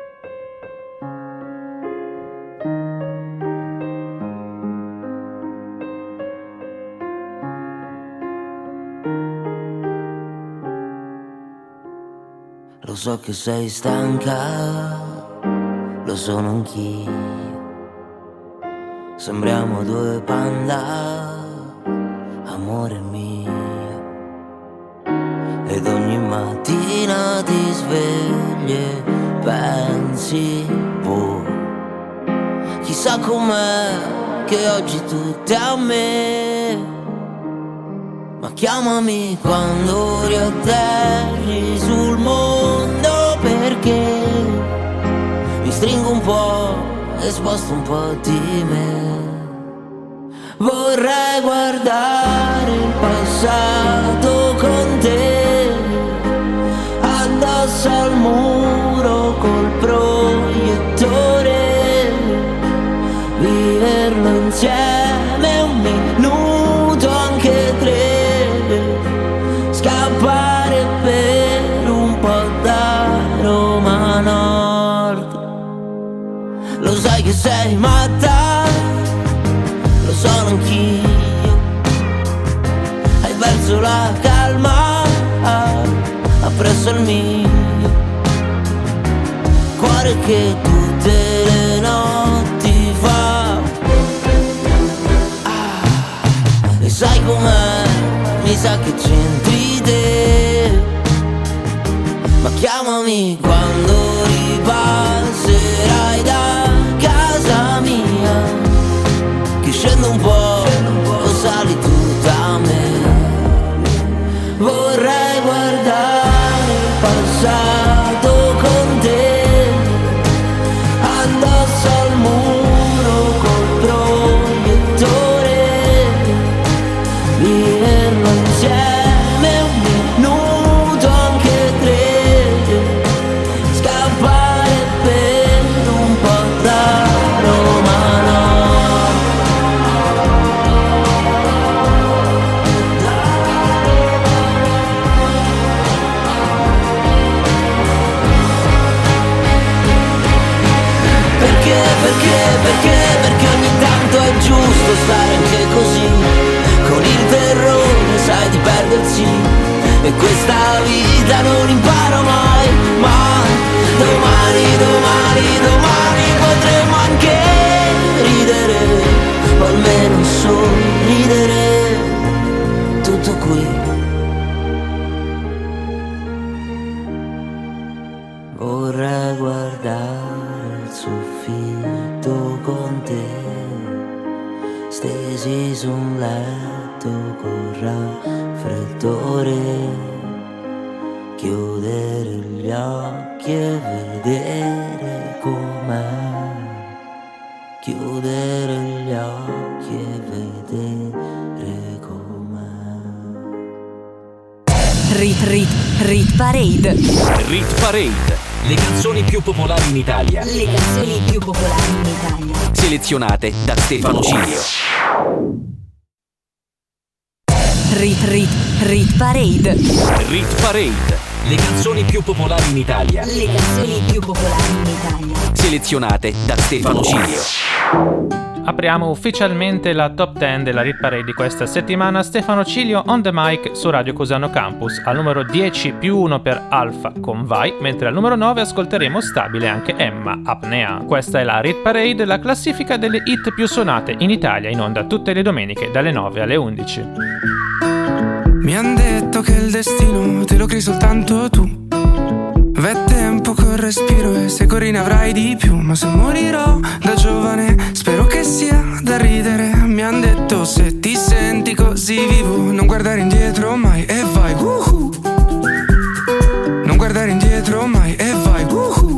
Lo so che sei stanca, lo sono anch'io. Sembriamo due panda, amore mio. Ed ogni mattina ti svegli e pensi, boh, chissà com'è che oggi tutto è a me. Ma chiamami quando riatterri sul mondo, perché mi stringo un po' e sposto un po' di me. Vorrei guardare il passato con te, addosso al muro col proiettore, viverlo insieme un minuto, anche tre. Scappare per un po' da Roma Nord. Lo sai che sei matta, lo sono anch'io. Hai perso la calma appresso al mio cuore che tutte le notti fa. Ah, e sai com'è? Mi sa che c'entri te. Ma chiamami quando ripasserai da casa mia, che scendo un po', o sali tu da me. Vorrei guardare il passato con te, addosso al muro col proiettore, viverlo insieme un minuto, anche tre. Scappare per un po' da Roma Nord. Perché, perché, perché, perché ogni tanto è giusto stare anche così, con il terrore, sai, di perdersi. E questa vita non imparo mai, ma domani, domani, domani potremo anche ridere, o almeno sorridere, tutto qui. Vorrei guardare il soffitto con te, stesi su un letto con raffreddore, chiudere gli occhi e vedere com'è, chiudere gli occhi e vedere com'è. Rit Rit Rit Parade. Rit Parade. Le canzoni più popolari in Italia. Le canzoni più popolari in Italia. Selezionate da Stefano Cilio. Rit Rit Rit Parade. Rit Parade. Le canzoni più popolari in Italia. Le canzoni più popolari in Italia. Selezionate da Stefano Cilio. Apriamo ufficialmente la top dieci della Rit Parade di questa settimana. Stefano Cilio on the mic su Radio Cusano Campus. Al numero dieci più uno per Alfa con Vai, mentre al numero nove ascolteremo stabile anche Emma, Apnea. Questa è la Rit Parade, la classifica delle hit più suonate in Italia, in onda tutte le domeniche dalle nove alle undici. Mi han detto che il destino te lo crei soltanto tu. V'è tempo, corre respiro e se corri ne avrai di più. Ma se morirò da giovane spero che sia da ridere. Mi han detto se ti senti così vivo non guardare indietro mai e vai woohoo. Non guardare indietro mai e vai woohoo.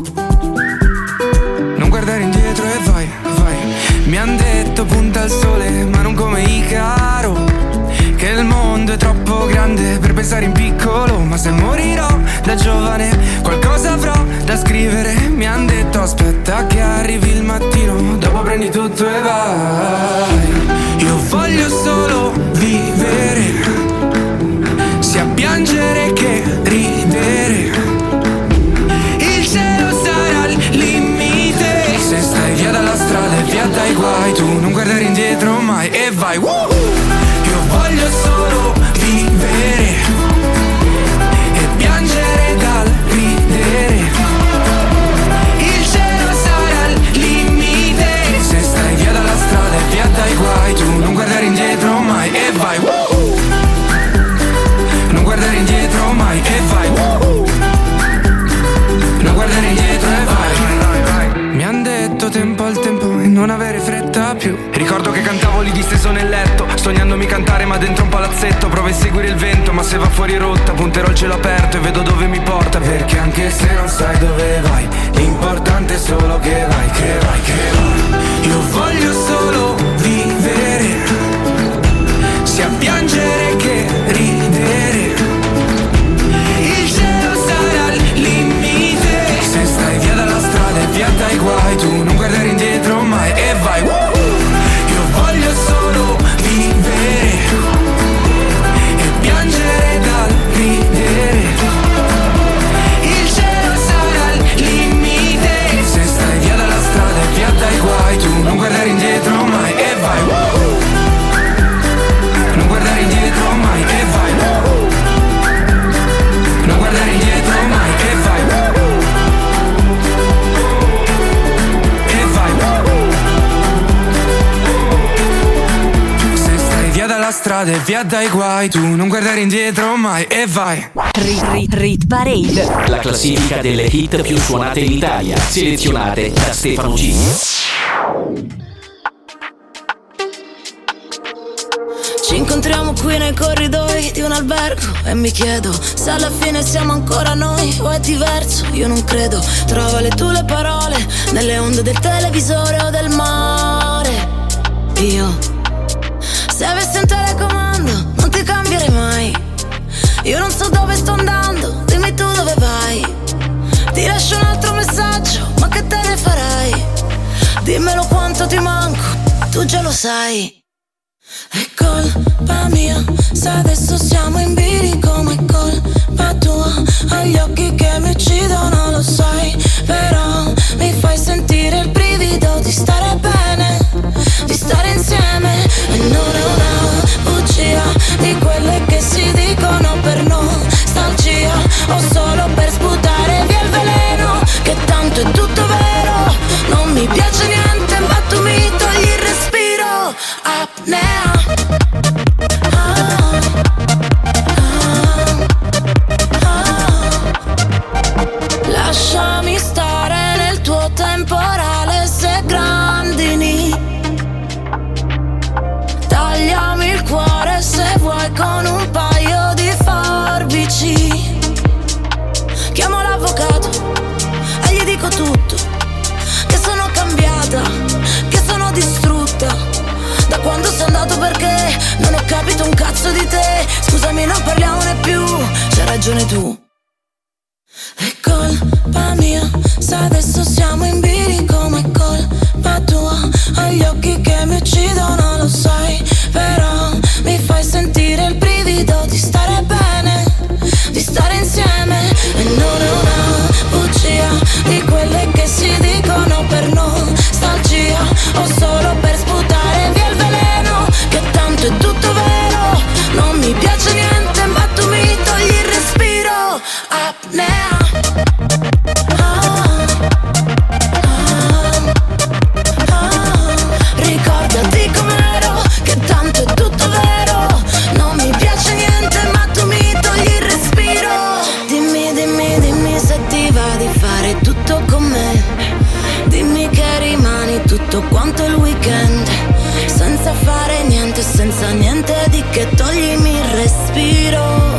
Non guardare indietro e vai, vai. Mi han detto punta al sole ma non come Icaro, che il mondo è troppo grande per pensare in piccolo. Ma se morirò da giovane qualcosa avrò da scrivere. Mi han detto aspetta che arrivi il mattino, dopo prendi tutto e vai. Io voglio solo vivere, sia piangere che ridere. Il cielo sarà il limite, se stai via dalla strada e via dai guai. Tu non guardare indietro mai e vai woohoo. Io voglio solo vivere e piangere dal ridere. Il cielo sarà il limite, se stai via dalla strada e via dai guai. Tu non guardare indietro mai e vai woohoo. Non guardare indietro mai e vai woohoo. Non guardare indietro e vai. Mi han detto tempo al tempo e non avere fretta più. Ricordo che cantavo lì disteso nel letto, sognandomi cantare ma dentro un palazzetto. Provo a seguire il vento ma se va fuori rotta, punterò il cielo aperto e vedo dove mi porta. Perché anche se non sai dove vai, l'importante è solo che vai, che vai, che vai. Io voglio solo vivere, sia piangere che ridere. Il cielo sarà il limite, se stai via dalla strada e via dai guai. Tu non guardare indietro mai e vai woohoo. Voglio solo vivere e piangere dal ridere. Il cielo sarà il limite, se stai via dalla strada e via dai guai. Tu non guardare indietro mai e vai woohoo. Non guardare indietro mai e vai woohoo. Non guardare indietro mai e vai woohoo. E vai woohoo. Via dalla strada e via dai guai. Tu non guardare indietro mai e vai. Rit, rit, rit Parade, la classifica delle hit più suonate in Italia, selezionate da Stefano G. Ci incontriamo qui nei corridoi di un albergo e mi chiedo se alla fine siamo ancora noi o è diverso. Io non credo, trova le tue le parole nelle onde del televisore o del mare. Io, se avessi un telecomando non ti cambierei mai. Io non so dove sto andando, dimmi tu dove vai. Ti lascio un altro messaggio, ma che te ne farai? Dimmelo quanto ti manco, tu già lo sai. È colpa mia se adesso siamo in bilico, ma è colpa tua. Hai gli occhi che mi uccidono, lo sai. Però mi fai sentire il brivido di stare bene, di stare insieme. E non è una bugia di quelle che si dicono per nostalgia o solo per sputare via il veleno, che tanto è tutto vero. Non mi piace niente ma tu mi togli il respiro. Apnea. Ah, ah, ah. Lasciami stare nel tuo temporale se grandini. Tagliami il cuore se vuoi con un paio di forbici. Chiamo l'avvocato e gli dico tutto, che sono cambiata, che sono distrutta da quando sei andato, perché non ho capito un cazzo di te. Scusami, non parliamone più, c'hai ragione tu. È colpa mia se adesso siamo in bilico, ma è colpa tua. Hai gli occhi che mi uccidono, lo sai. Però mi fai sentire il brivido di stare bene, di stare insieme. E non è una bugia di quelle che si dicono per nostalgia o solo per sputare via il veleno, che tanto è tutto vero. Non mi piace niente ma tu mi togli il respiro. Apnea. Ah, ah, ah. Ricordati com'ero, che tanto è tutto vero. Non mi piace niente ma tu mi togli il respiro. Dimmi, dimmi, dimmi se ti va di fare tutto tutto quanto il weekend, senza fare niente, senza niente di che toglimi il respiro.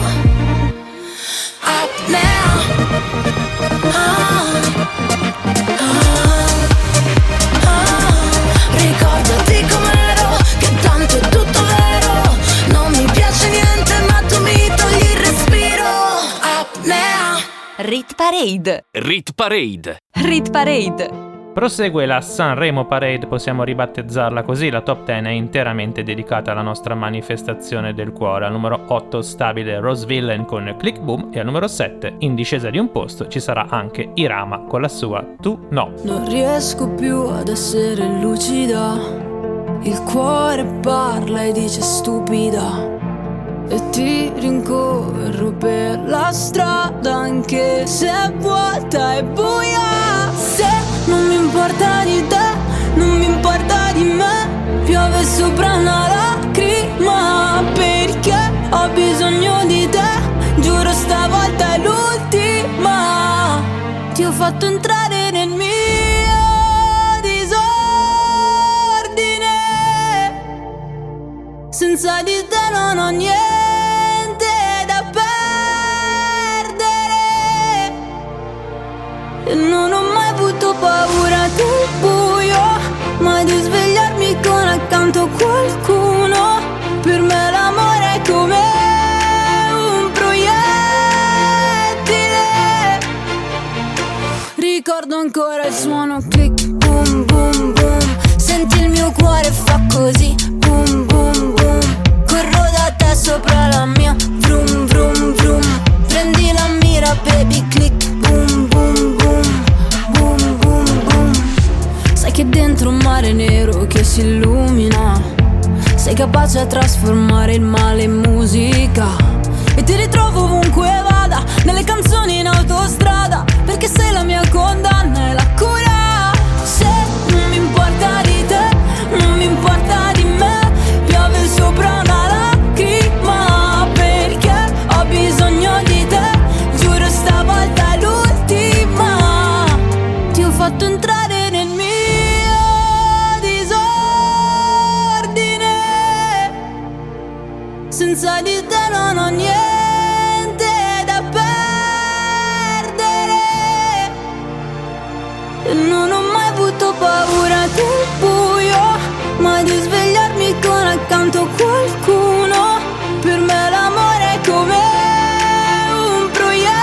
Up now, ah, ah, ah. Ricordati com'ero, che tanto è tutto vero. Non mi piace niente ma tu mi togli il respiro. Up now. Rit Parade. Rit Parade. Rit Parade. Prosegue la Sanremo Parade, possiamo ribattezzarla così. La top dieci è interamente dedicata alla nostra manifestazione del cuore. Al numero otto stabile Rose Villain con Click Boom, e al numero sette, in discesa di un posto, ci sarà anche Irama con la sua Tu No. Non riesco più ad essere lucida, il cuore parla e dice stupida, e ti rincorro per la strada anche se è vuota e buia. Se non mi importa di te, non mi importa di me, piove sopra una lacrima, perché ho bisogno di te, giuro stavolta è l'ultima. Ti ho fatto entrare nel mio disordine, senza di te non ho niente da perdere, e non ho mai avuto paura del buio, mai di svegliarmi con accanto qualcuno. Per me l'amore è come un proiettile. Ricordo ancora il suono click, boom boom boom. Senti il mio cuore fa così, boom boom boom. Corro da te sopra la mia, vroom vroom vroom. Prendi la mira baby click, boom boom boom. Boom boom boom. Sai che dentro un mare nero che si illumina, sei capace a trasformare il male in musica, e ti ritrovo ovunque vada, nelle canzoni in autostrada, perché sei la mia condanna e la cura. Se non mi importa di te, non mi importa di me, piove sopra una lacrima, perché ho bisogno di te, giuro stavolta è l'ultima. Ti ho fatto entrare nel mio disordine, senza di te non ho niente da perdere, e non ho mai avuto paura del buio, mai di svegliarmi con accanto qualcuno. Per me l'amore è come un proiettile.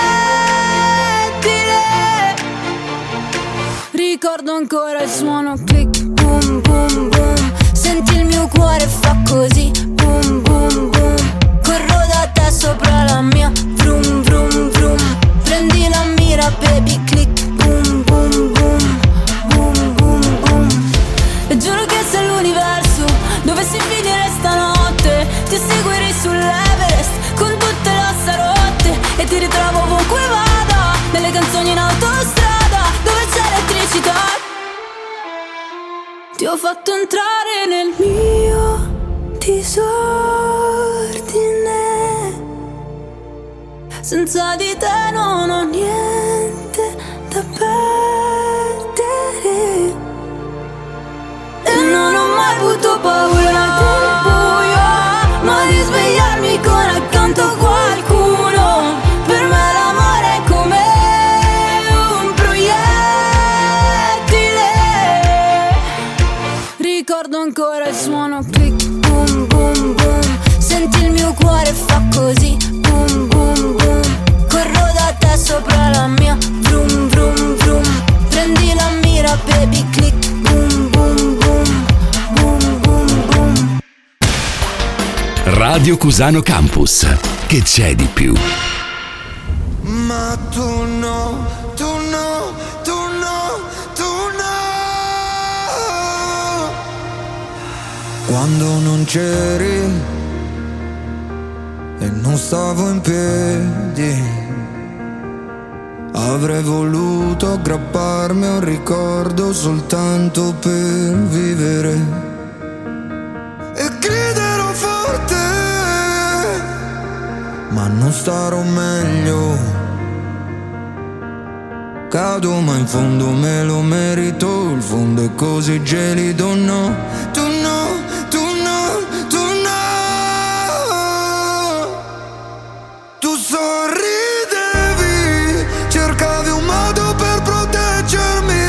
Ricordo ancora il suono click, boom boom boom. Senti il mio cuore fa così, boom boom boom. Corro da te sopra la mia, vroom vroom vroom. Prendi la mira baby click, boom boom boom. Boom boom boom. E giuro che se l'universo dovessi finire stanotte, ti seguirei sull'Everest con tutte le ossa rotte, e ti ritrovo ovunque vada, nelle canzoni in autostrada dove c'è elettricità. Ti ho fatto entrare nel mio disordine, senza di te non ho niente da perdere, e non ho mai avuto paura del buio, ma di svegliarmi con accanto qualcuno. Per me l'amore è come un proiettile. Ricordo ancora il suono click, boom boom boom. Senti il mio cuore fa così, boom boom boom. Corro da te sopra la mia, vroom vroom vroom. Prendi la mira baby click, boom boom boom. Boom boom boom. Radio Cusano Campus. Che c'è di più? Ma tu no, tu no, tu no, tu no. Quando non c'eri e non stavo in piedi, avrei voluto aggrapparmi a un ricordo soltanto per vivere, e griderò forte, ma non starò meglio. Cado ma in fondo me lo merito, il fondo è così gelido, no, tu no, tu no, tu no. Tu sorridevi, cercavi un modo per proteggermi,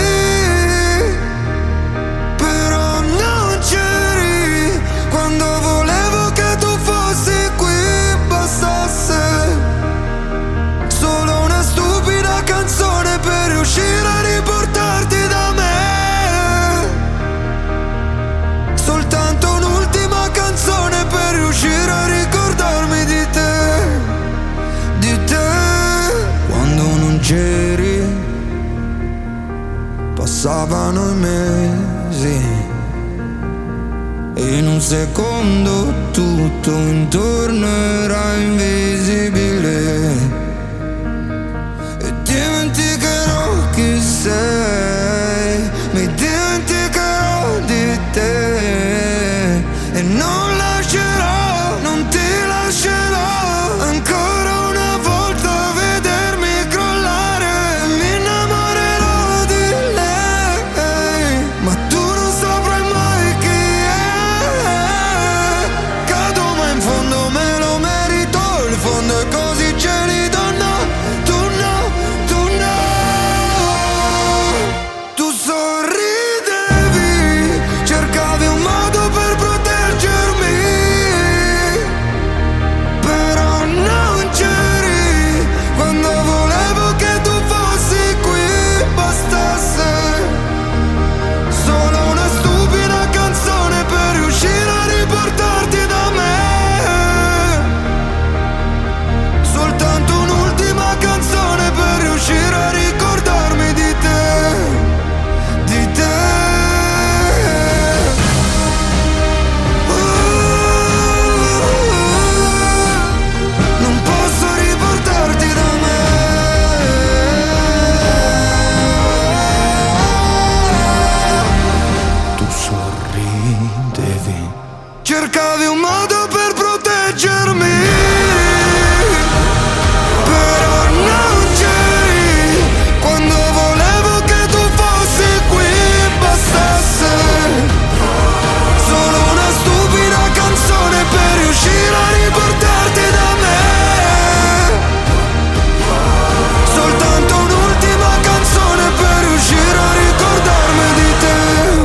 però non c'eri quando volevo che tu fossi qui, bastasse solo una stupida canzone per riuscire a riportarti da me, soltanto un'ultima canzone per riuscire a ricordarmi di te, di te. Quando non c'eri passavano i mesi e in un secondo tutto intorno era invisibile. Dimenticherò chi sei, mi dimenticherò di te e non lascerò, non ti lascerò ancora una volta vedermi crollare. Mi innamorerò di lei, ma tu non saprai mai chi è. Cado ma in fondo me lo merito, il fondo è così gelido, no. Cercavi un modo per proteggermi, però non c'eri quando volevo che tu fossi qui, bastasse solo una stupida canzone per riuscire a riportarti da me, soltanto un'ultima canzone per riuscire a ricordarmi di te.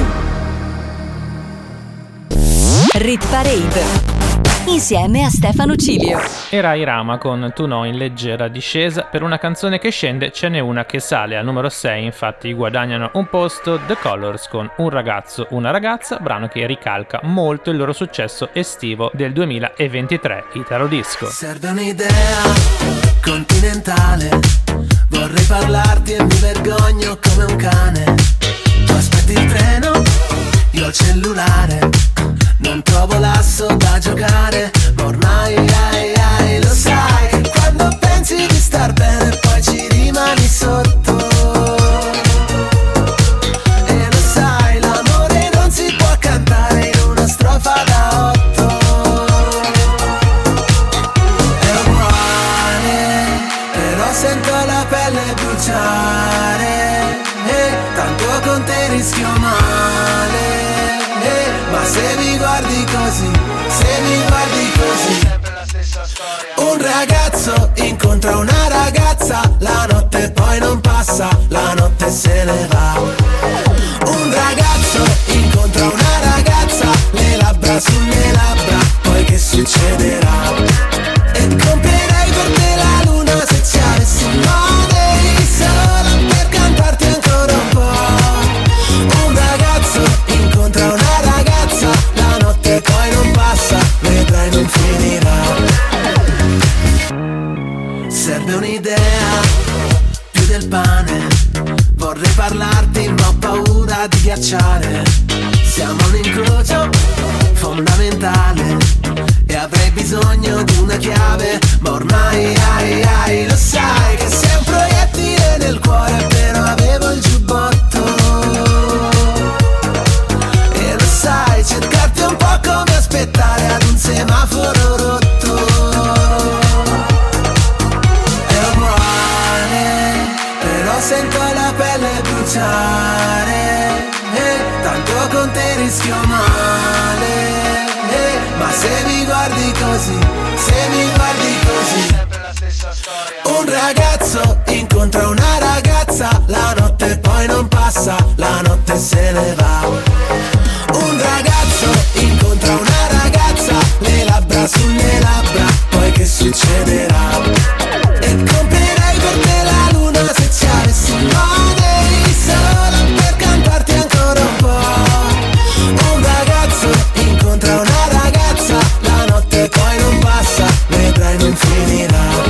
Rit Parade insieme a Stefano Cilio. Era Irama con Tu no in leggera discesa. Per una canzone che scende ce n'è una che sale al numero sei, infatti guadagnano un posto The Colors con Un ragazzo, una ragazza, brano che ricalca molto il loro successo estivo del duemilaventitré, Italo Disco. Serve un'idea continentale, vorrei parlarti e mi vergogno come un cane. Tu aspetti il treno, io il cellulare, non trovo l'asso da giocare, ma ormai ai, ai, lo sai che quando pensi di star bene poi ci rimani sotto. E lo sai, l'amore non si può cantare in una strofa da otto. È uguale, però sento la pelle bruciare, e tanto con te rischio male. Ma se mi guardi così, se mi guardi così, un ragazzo incontra una ragazza, la notte poi non passa, la notte se ne va. Un ragazzo incontra una ragazza, le labbra sulle labbra, poi che succederà? E comprerei per te la luna se ci avessi modo solo per cantarti ancora un po'. Un ragazzo incontra una ragazza, la notte poi non passa, vedrai non finirà. Serve un'idea, più del pane, vorrei parlarti ma ho paura di ghiacciare. Siamo un incrocio fondamentale e avrei bisogno di una chiave, ma ormai ai ai lo sai che sei un proiettile nel cuore, però avevo il giubbotto. E lo sai, cercarti un po' come aspettare ad un semaforo rotto. È uguale, però sento bruciare, eh, tanto con te rischio male, eh, ma se mi guardi così, se mi guardi così. Un ragazzo incontra una ragazza, la notte poi non passa, la notte se ne va. Un ragazzo incontra una ragazza, le labbra sulle labbra, poi che succederà? E comprerei per te la luna se ci avessi money, solo per cantarti ancora un po'. Un ragazzo incontra una ragazza, la notte poi non passa, vedrai non finirà.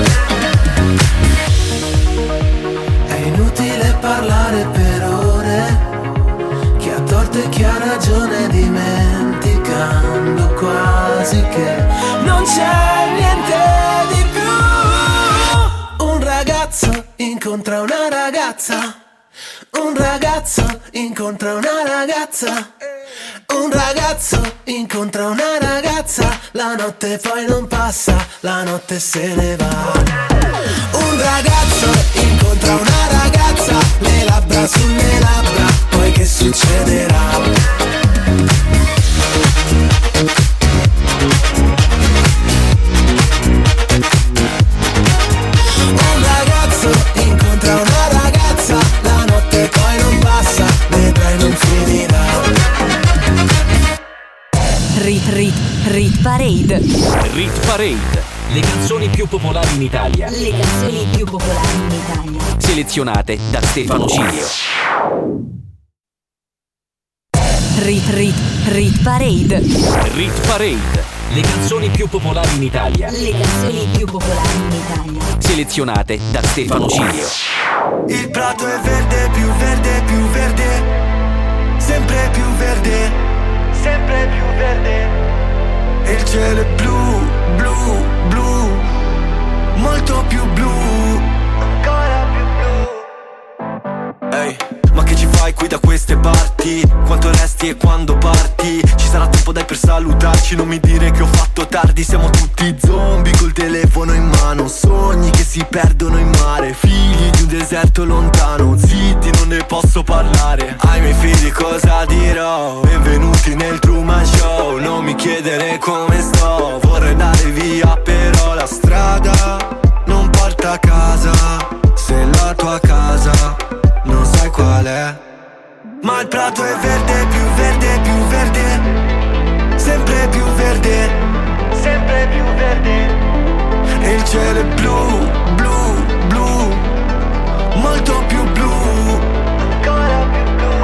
È inutile parlare per ore, chi ha torto e chi ha ragione, dimenticando quasi che non c'è niente di più. Un ragazzo incontra una ragazza, un ragazzo incontra una ragazza, un ragazzo incontra una ragazza, la notte poi non passa, la notte se ne va. Un ragazzo incontra una ragazza, le labbra sulle labbra, poi che succederà? Un ragazzo incontra una ragazza, la notte poi non passa, vedrai non finirà. Rit Rit Rit Parade. Rit Parade. Le canzoni più popolari in Italia. Le canzoni più popolari in Italia. Selezionate da Stefano Cilio. Rit Rit Rit Parade. Rit Parade. Le canzoni più popolari in Italia. Le canzoni più popolari in Italia. Selezionate da Stefano Cilio. Il prato è verde, più verde, più verde, sempre più verde, sempre più verde. E il cielo è blu, blu, blu, molto più blu, ancora più blu. Ehi, hey, ma che ci fai qui da queste parti? Quanto resti e quando parti? Ci sarà tempo dai per salutarci, non mi dire che ho fatto tardi. Siamo tutti zombie col telefono in mano, sogni che si perdono in mare, figli di un deserto lontano, zitti non ne posso parlare. Ai miei figli cosa dirò? Benvenuti nel Truman Show, non mi chiedere come sto, vorrei andare via però la strada non porta a casa, se la tua casa non sai qual è. Ma il prato è verde, più verde, più verde, sempre più verde, sempre più verde. E il cielo è blu, blu, blu, molto più blu, ancora più blu.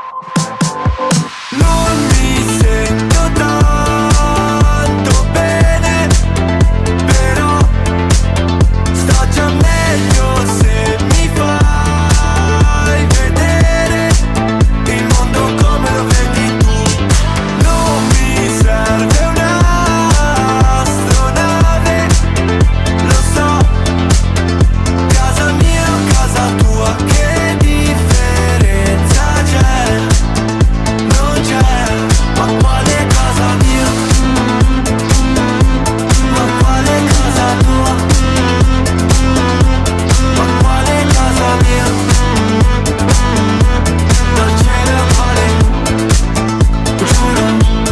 Non mi sento tanto bene, però sto già meglio se mi fai vedere il mondo come lo vedi tu. Non mi serve un'astronave, lo so, casa mia o casa tua, che differenza c'è? Non c'è, ma quale casa mia? Ma quale casa tua? Ma quale casa mia? Dal cielo al mare, giuro.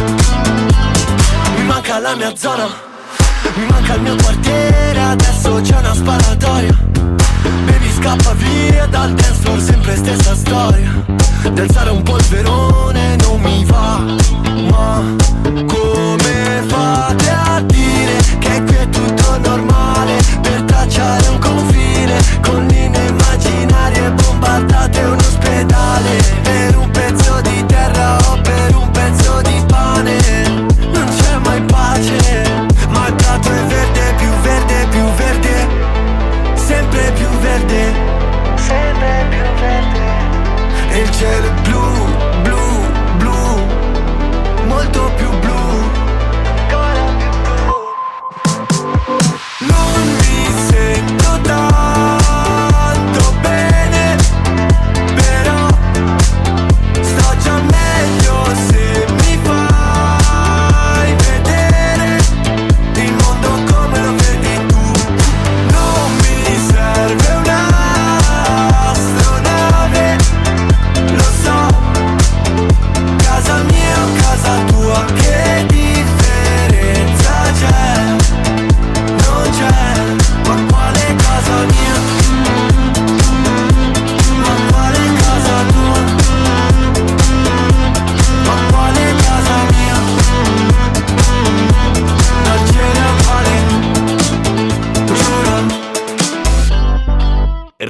Mi manca la mia zona, mi manca il mio quartiere, adesso c'è una sparatoria. Baby scappa via dal dance floor, sempre stessa storia. Di alzare un polverone non mi va, ma come fate a dire che qui è tutto normale? Per tracciare un confine con linee immaginarie, bombardate un ospedale per un pezzo di terra o per un pezzo di pane. Non c'è mai pace, ma il prato è verde, più verde, più verde, sempre più verde, sempre più verde. E il cielo è blu, blu, blu, molto più blu, ancora più blu. Non mi sento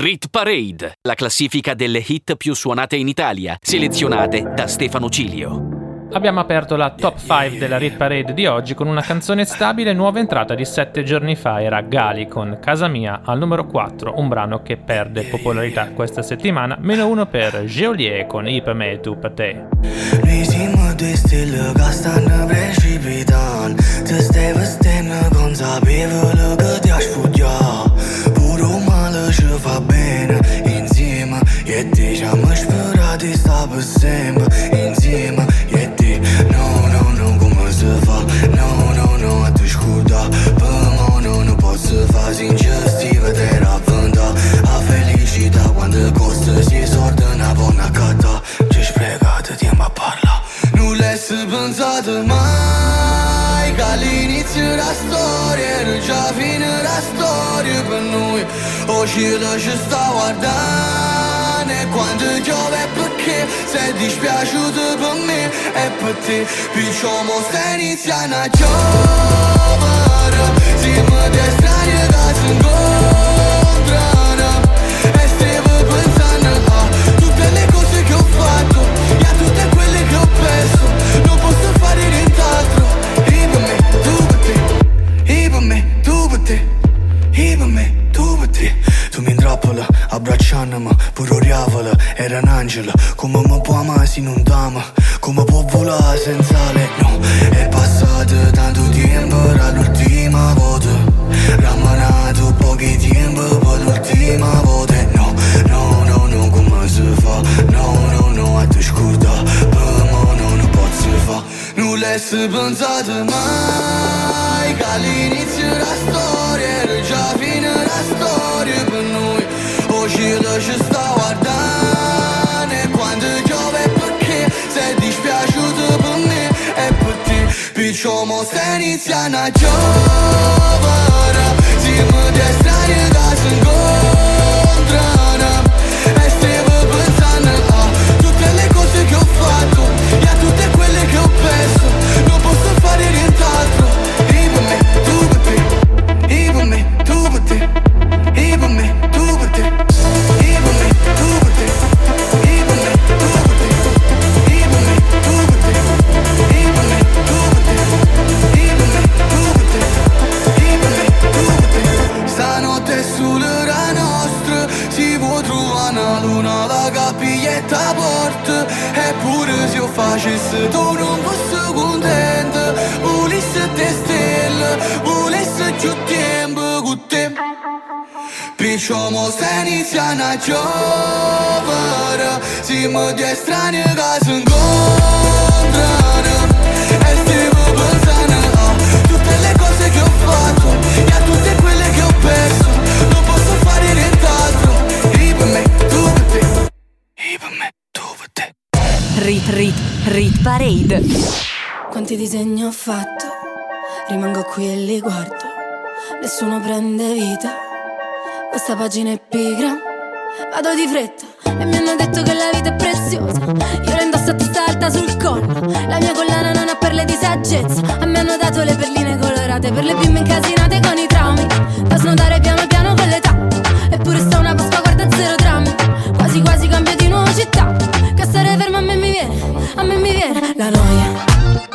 Rit Parade, la classifica delle hit più suonate in Italia, selezionate da Stefano Cilio. Abbiamo aperto la top cinque della Rit Parade di oggi con una canzone stabile, nuova entrata di sette giorni fa, era Gali con Casa Mia al numero quattro, un brano che perde popolarità questa settimana, meno uno per Geolier con I per me, tu per te. Noi siamo due stelle che stanno precipitando, ti stai vestendo consapevole che ti hai sfuggiato, pure un male ci fa bene insieme, e te ci abbiamo sperato di stare per sempre insieme, e te no, no, no, come si fa, no, no, no, a te scorda, per me no, non posso fare singestiva, te ravventa, a felicità quando costa si sorda una buona catta, ci sprecate tempo a parlare, non l'hai pensato mai, che all'inizio della storia era già fine la storia per noi, o cielo ci sta guardando, e quando piove perché sei dispiaciuto per me e per te, perciò mo stai iniziando a giovere, siamo due strani che si incontrano, e stavo pensando a tutte le cose che ho fatto, e a tutte quelle che ho perso, non posso fare nient'altro, e per me, tu per te, e per me, tu per te, e per me, tu per te, tu mi intrappola, abbracciandomi, pure oriavola, era un angelo, come mi può amare se non t'ama, come può volare senza lei, no, è passato tanto tempo dall'ultima volta, rammanato pochi tempo per l'ultima volta, no, no, no, no, come si fa, no, no, no, a te scorda, per me no, non posso fa, non l'hai pensato mai, che all'inizio della storia era già fine la storia per noi, o cielo ci sta guardando, e quando piove perché sei dispiaciuto per me e per te, perciò mo stai iniziando a giovere, siamo due strani che si incontrano, e stavo pensando a tutte le cose che ho fatto, e a tutte quelle che ho perso, non posso fare nient'altro, e per me, tu per te, e per me, tu per te, e per me, tu per te, e per me, tu per te, e per me, tu per te, e per me, tu per te, e per me, tu per te, e per me, tu per te, e per me, tu per te. Stanotte sulla nostra si può trovare una luna, la capiglietta a porta, eppure se io facessi tu non fossi contento, volessi te stelle, volessi più tempo con te, perciò mo stai iniziando a giovere, siamo due strani che si incontrano, e stavo pensando a tutte le cose che ho fatto, e a tutte quelle che ho perso, non posso fare nient'altro, e per me, tu per te, e per me, tu per te. Rit Rit Rit Parade. Quanti disegni ho fatto, rimango qui e li guardo, nessuno prende vita, questa pagina è pigra, vado di fretta e mi hanno detto che la vita è preziosa, io la indosso a testa alta sul collo, la mia collana non ha perle di saggezza, a me hanno dato le perline colorate per le bimbe incasinate con i traumi, da snodare piano piano con l'età, eppure sta una Pasqua guarda zero drammi, quasi quasi cambio di nuovo città, che stare fermo a me mi viene, a me mi viene la noia,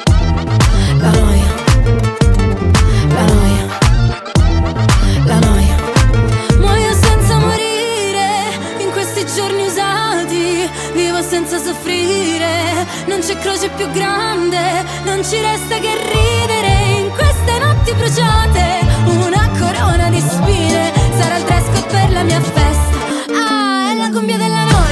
la noia, la noia, la noia, muoio senza morire, in questi giorni usati, vivo senza soffrire, non c'è croce più grande, non ci resta che ridere, in queste notti bruciate, una corona di spine, sarà il dress code per la mia festa, ah, è la cumbia della noia.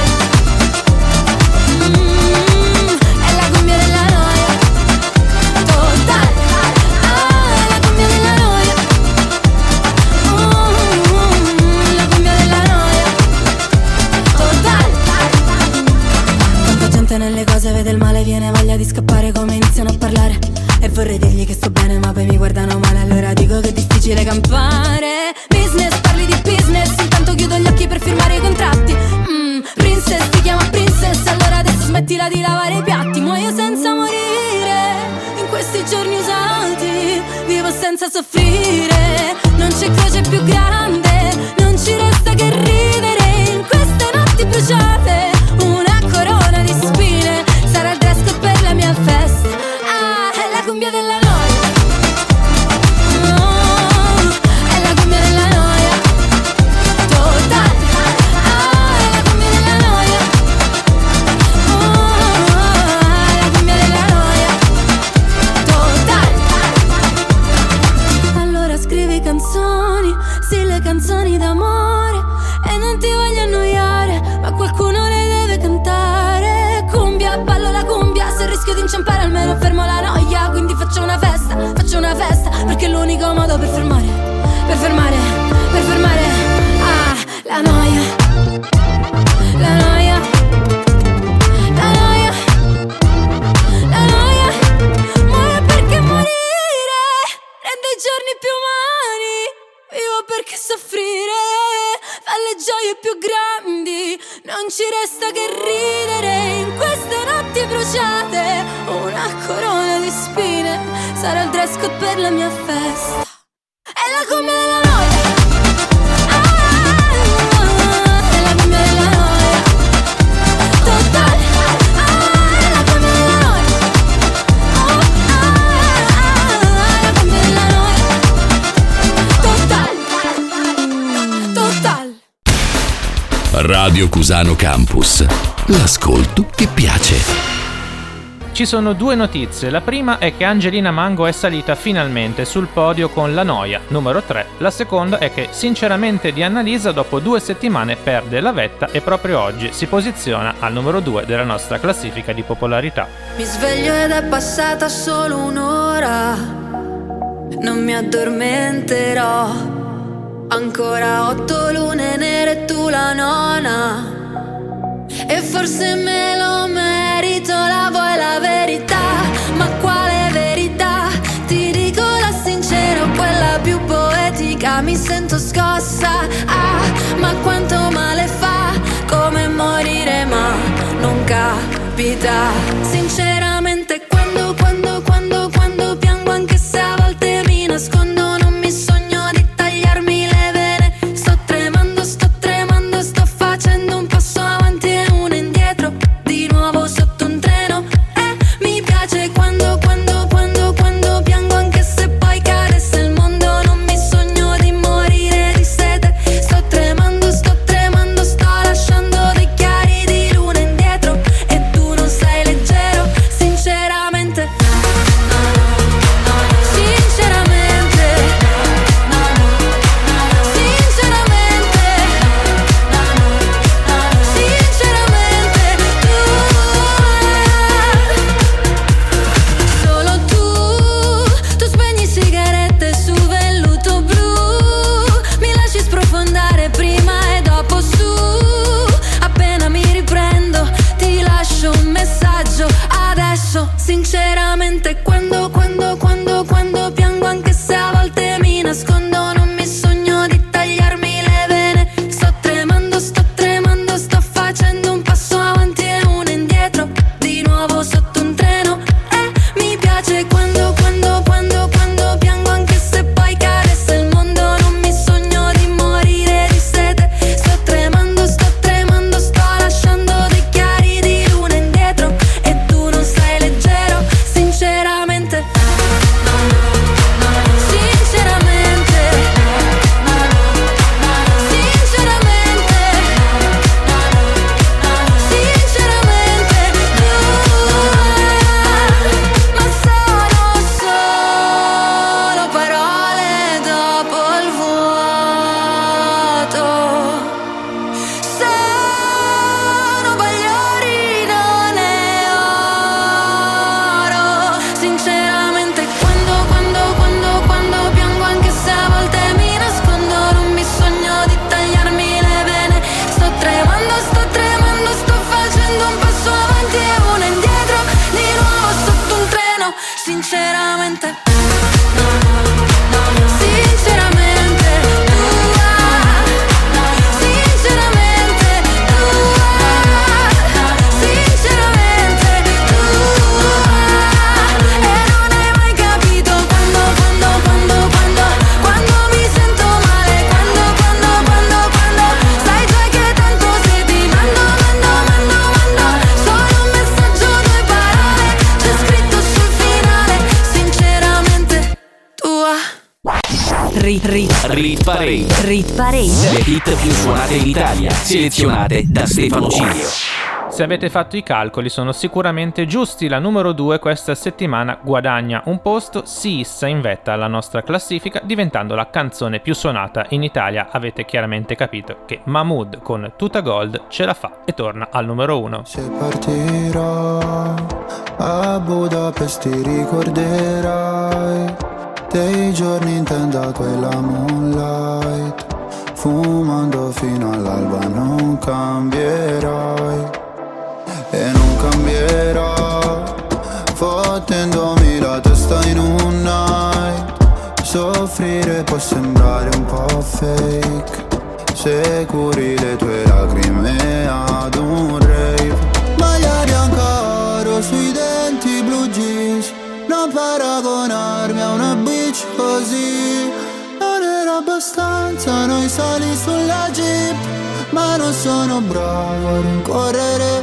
Nelle cose vede il male, viene voglia di scappare come iniziano a parlare, e vorrei dirgli che sto bene ma poi mi guardano male, allora dico che è difficile campare. Business, parli di business, intanto chiudo gli occhi per firmare i contratti. mm, Princess, ti chiama princess, allora adesso smettila di lavare i piatti. Muoio senza morire, in questi giorni usati, vivo senza soffrire, non c'è croce più grande, non ci resta che ridere, inciampare almeno fermo la noia. Quindi faccio una festa, faccio una festa, perché è l'unico modo per fermare, per fermare, per fermare, ah, la noia, la noia, la noia, la noia. Muore perché morire rende i giorni più umani. Vivo perché soffrire fa le gioie più grandi. Non ci resta che ridere in queste notti bruciate. Una corona di spine sarà il dress code per la mia festa. È la cumbia della noia. Ah, è la cumbia della noia. Totale. Ah, è la cumbia della noia. Oh, ah, è la cumbia della noia. Total. Total. Radio Cusano Campus. L'ascolto che piace. Ci sono due notizie. La prima è che Angelina Mango è salita finalmente sul podio con La Noia, numero tre. La seconda è che sinceramente di Annalisa dopo due settimane perde la vetta e proprio oggi si posiziona al numero due della nostra classifica di popolarità. Mi sveglio ed è passata solo un'ora. Non mi addormenterò. Ancora otto lune nere e tu la nona. E forse me lo merito, la vuoi la verità? Ma quale verità? Ti dico la sincera, quella più poetica. Mi sento scossa, ah, ma quanto male fa. Come morire ma non capita. Sinceramente quando, quando, quando, quando piango, anche se a volte mi nascondo, non mi sogno di tagliarmi le vene. Sto tremando, sto tremando, sto facendo un passo avanti e uno indietro, di nuovo sotto un treno. E mi piace quando, quando, quando, quando piango, anche se poi cadesse il mondo. Non mi sogno di morire di sete. Sto tremando, sto tremando, sto lasciando dei chiari di luna indietro. E tu non sei leggero, sinceramente. Sinceramente. Sinceramente. Sinceramente tu. Solo tu. Tu spegni sigarette su velluto blu. Mi lasci sprofondare prima e dopo su. Appena mi riprendo ti lascio un messaggio adesso. Sinceramente quando, quando, quando, quando piango, anche se a volte mi nascondo, non mi sogno di tagliarmi le vene. Sto tremando, sto tremando, sto facendo un passo avanti e uno indietro, di nuovo sotto un treno. E mi piace quando, quando, quando, quando piango, anche se poi cadesse il mondo. Non mi sogno di morire di sete. Sto tremando, sto tremando, sto lasciando dei chiari di luna indietro. E tu non sei leggero, sinceramente. Sinceramente. Sinceramente. Sinceramente tu. Ma sono solo parole dopo il vuoto. Sono bagliori, non è oro. Sinceramente quando, quando, quando, quando piango, anche se a volte mi nascondo, non mi sogno di tagliarmi le vene. Sto tremando, sto tremando, sto facendo un passo avanti e uno indietro, di nuovo sotto un treno. Sinceramente. Sinceramente tu. Sinceramente tu. Sinceramente tu. E non hai mai capito quando, quando, quando, quando, quando mi sento male. Quando, quando, quando, quando sai già che tanto se ti mando, mando, mando, mando solo un messaggio, due parole, c'è scritto sul finale. Sinceramente tua. Rit, rit, Rit Parade. rit parade. Le hit più suonate in Italia, selezionate da Stefano Cilio. Se avete fatto i calcoli sono sicuramente giusti, la numero due questa settimana guadagna un posto, si issa in vetta alla nostra classifica diventando la canzone più suonata in Italia. Avete chiaramente capito che Mahmood con Tuta Gold ce la fa e torna al numero uno. Se partirò a Budapest ti ricorderai dei giorni in tenda quella moonlight, fumando fino all'alba non cambierai e non cambierò, fottendomi la testa in un night. Soffrire può sembrare un po' fake se curi le tue lacrime ad un rave. Maglia bianca oro sui denti, blue jeans, non paragonarmi a una bitch così. Non era abbastanza noi sali sulla jeep, ma non sono bravo a rincorrere.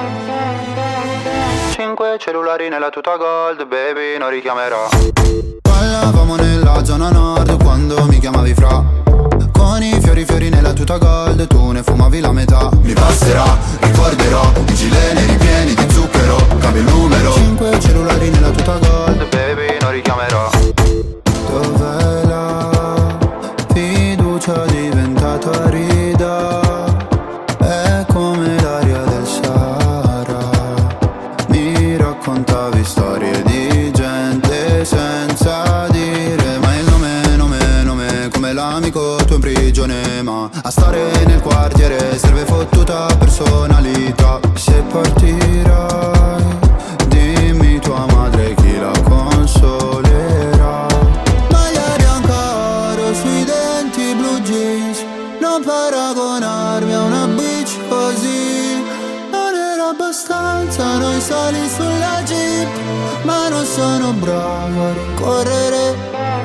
Cinque cellulari nella tuta gold, baby non richiamerò. Ballavamo nella zona nord quando mi chiamavi fra, con i fiori fiori nella tuta gold, tu ne fumavi la metà. Mi passerà, ricorderò i gileni ripieni di zucchero, cambio il numero. Cinque cellulari nella tuta gold, baby non richiamerò. Dov'è la fiducia diventata rida? È come l'aria del Sahara. Mi raccontavi storie di gente senza dire mai il nome, nome, nome, come l'amico tuo in prigione. Ma a stare nel quartiere serve fottuta personalità. Se partirai, dimmi tua madre chi la consolerà. Maglia bianca oro sui denti, blue jeans, non paragonarmi a una bitch così. Non era abbastanza noi sali sulla jeep, ma non sono bravo a rincorrere.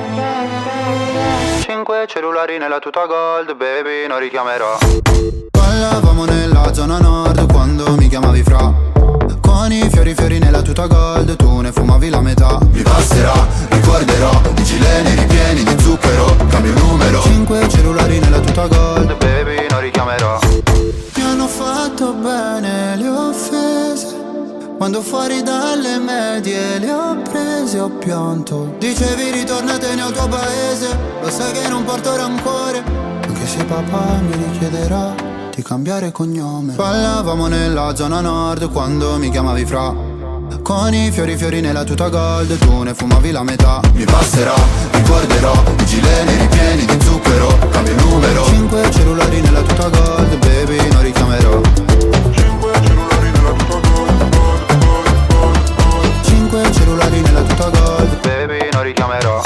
Cinque cellulari nella tuta gold, baby non richiamerò. Ballavamo nella zona nord quando mi chiamavi fra, con i fiori fiori nella tuta gold, tu ne fumavi la metà. Mi passerà, ricorderò i gileni ripieni di zucchero, cambio il numero. Cinque cellulari nella tuta gold, baby non richiamerò. Mi hanno fatto bene le offese, quando fuori dalle medie le ho prese, ho pianto. Dicevi ritornatene al tuo paese, lo sai che non porto rancore, anche se papà mi richiederà di cambiare cognome. Ballavamo nella zona nord quando mi chiamavi fra, con i fiori fiori nella tuta gold, tu ne fumavi la metà. Mi passerà, ricorderò i gileni ripieni di zucchero, cambio il numero. Cinque cellulari nella tuta gold, baby non richiamerò. Cinque cellulari nella tuta gold, gold, gold, gold, gold. Cinque cellulari nella tuta gold, baby non richiamerò.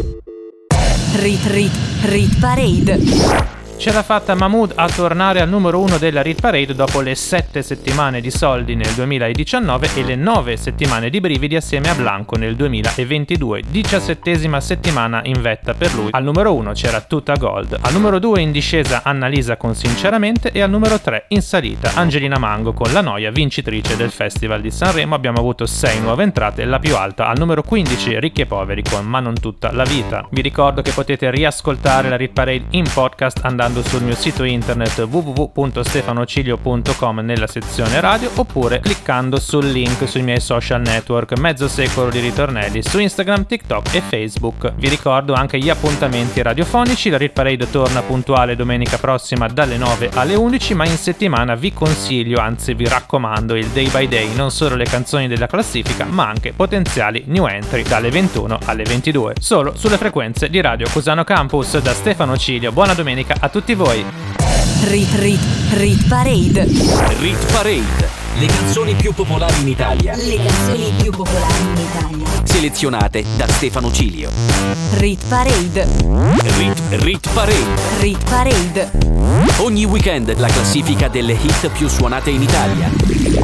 Rit Rit Rit Parade. Ce l'ha fatta Mahmood a tornare al numero uno della Rit Parade dopo le sette settimane di soldi nel duemiladiciannove e le nove settimane di brividi assieme a Blanco nel duemilaventidue. diciassettesima settimana in vetta per lui. Al numero uno c'era Tuta Gold, al numero due in discesa Annalisa con Sinceramente e al numero tre in salita Angelina Mango con La Noia, vincitrice del Festival di Sanremo. Abbiamo avuto sei nuove entrate, la più alta al numero quindici Ricchi e Poveri con Ma non tutta la vita. Vi ricordo che potete riascoltare la Rit Parade in podcast andando sul mio sito internet w w w punto stefanocilio punto com nella sezione radio, oppure cliccando sul link sui miei social network Mezzo Secolo di Ritornelli su Instagram, TikTok e Facebook. Vi ricordo anche gli appuntamenti radiofonici. La Rit Parade torna puntuale domenica prossima dalle nove alle undici, ma in settimana vi consiglio, anzi vi raccomando, il Day by Day, non solo le canzoni della classifica ma anche potenziali new entry dalle ventuno alle ventidue, solo sulle frequenze di Radio Cusano Campus. Da Stefano Cilio, buona domenica a tutti voi. Rit Rit Rit Parade. Rit Parade. Le canzoni più popolari in Italia. Le canzoni più popolari in Italia. Selezionate da Stefano Cilio. Rit Parade. Rit Rit Parade. Rit Parade. Ogni weekend la classifica delle hit più suonate in Italia.